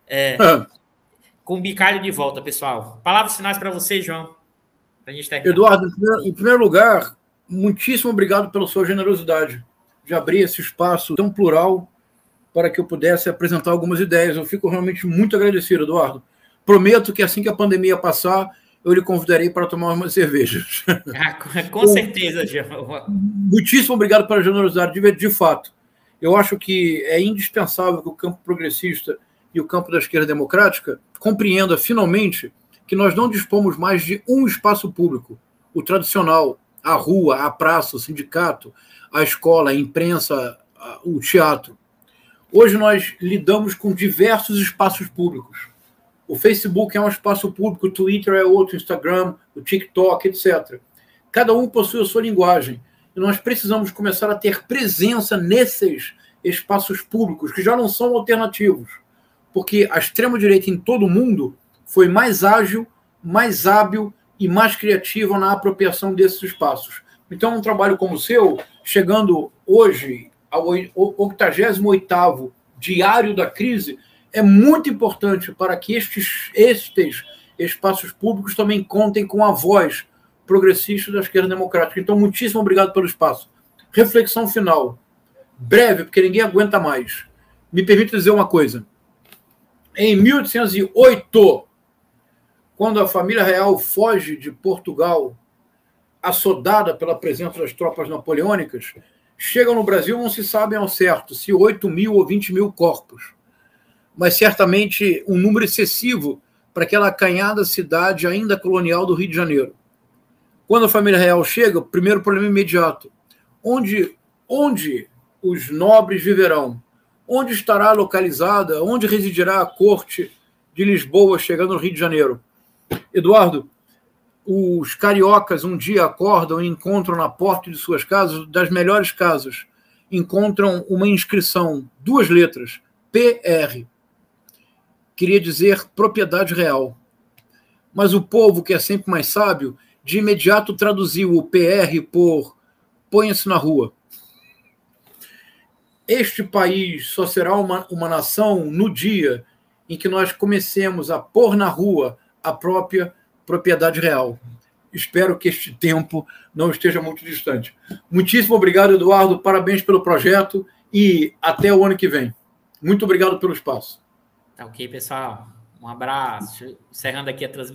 com o Bicalho de volta, pessoal. Palavras finais para você, João, para a gente terminar. Eduardo, em primeiro lugar, muitíssimo obrigado pela sua generosidade de abrir esse espaço tão plural para que eu pudesse apresentar algumas ideias. Eu fico realmente muito agradecido, Eduardo. Prometo que assim que a pandemia passar, eu lhe convidarei para tomar umas cervejas. Com certeza, João. Muitíssimo obrigado pela generosidade. De fato, eu acho que é indispensável que o campo progressista e o campo da esquerda democrática compreenda finalmente que nós não dispomos mais de um espaço público, o tradicional, a rua, a praça, o sindicato, a escola, a imprensa, o teatro. Hoje nós lidamos com diversos espaços públicos. O Facebook é um espaço público, o Twitter é outro, o Instagram, o TikTok, etc. Cada um possui a sua linguagem. E nós precisamos começar a ter presença nesses espaços públicos, que já não são alternativos. Porque a extrema-direita em todo o mundo foi mais ágil, mais hábil e mais criativa na apropriação desses espaços. Então, um trabalho como o seu, chegando hoje ao 88º Diário da Crise, é muito importante para que estes espaços públicos também contem com a voz progressista da esquerda democrática. Então, muitíssimo obrigado pelo espaço. Reflexão final. Breve, porque ninguém aguenta mais. Me permite dizer uma coisa. Em 1808, quando a família real foge de Portugal, assodada pela presença das tropas napoleônicas, chegam no Brasil, não se sabe ao certo se 8 mil ou 20 mil corpos, mas certamente um número excessivo para aquela acanhada cidade ainda colonial do Rio de Janeiro. Quando a família real chega, o primeiro problema imediato, onde os nobres viverão? Onde estará localizada, onde residirá a corte de Lisboa chegando no Rio de Janeiro? Eduardo, os cariocas um dia acordam e encontram na porta de suas casas, das melhores casas, encontram uma inscrição, 2 letras, PR. Queria dizer propriedade real. Mas o povo, que é sempre mais sábio, de imediato traduziu o PR por ponha-se na rua. Este país só será uma nação no dia em que nós comecemos a pôr na rua a própria propriedade real. Espero que este tempo não esteja muito distante. Muitíssimo obrigado, Eduardo. Parabéns pelo projeto e até o ano que vem. Muito obrigado pelo espaço. Tá ok, pessoal. Um abraço. Encerrando aqui a transmissão.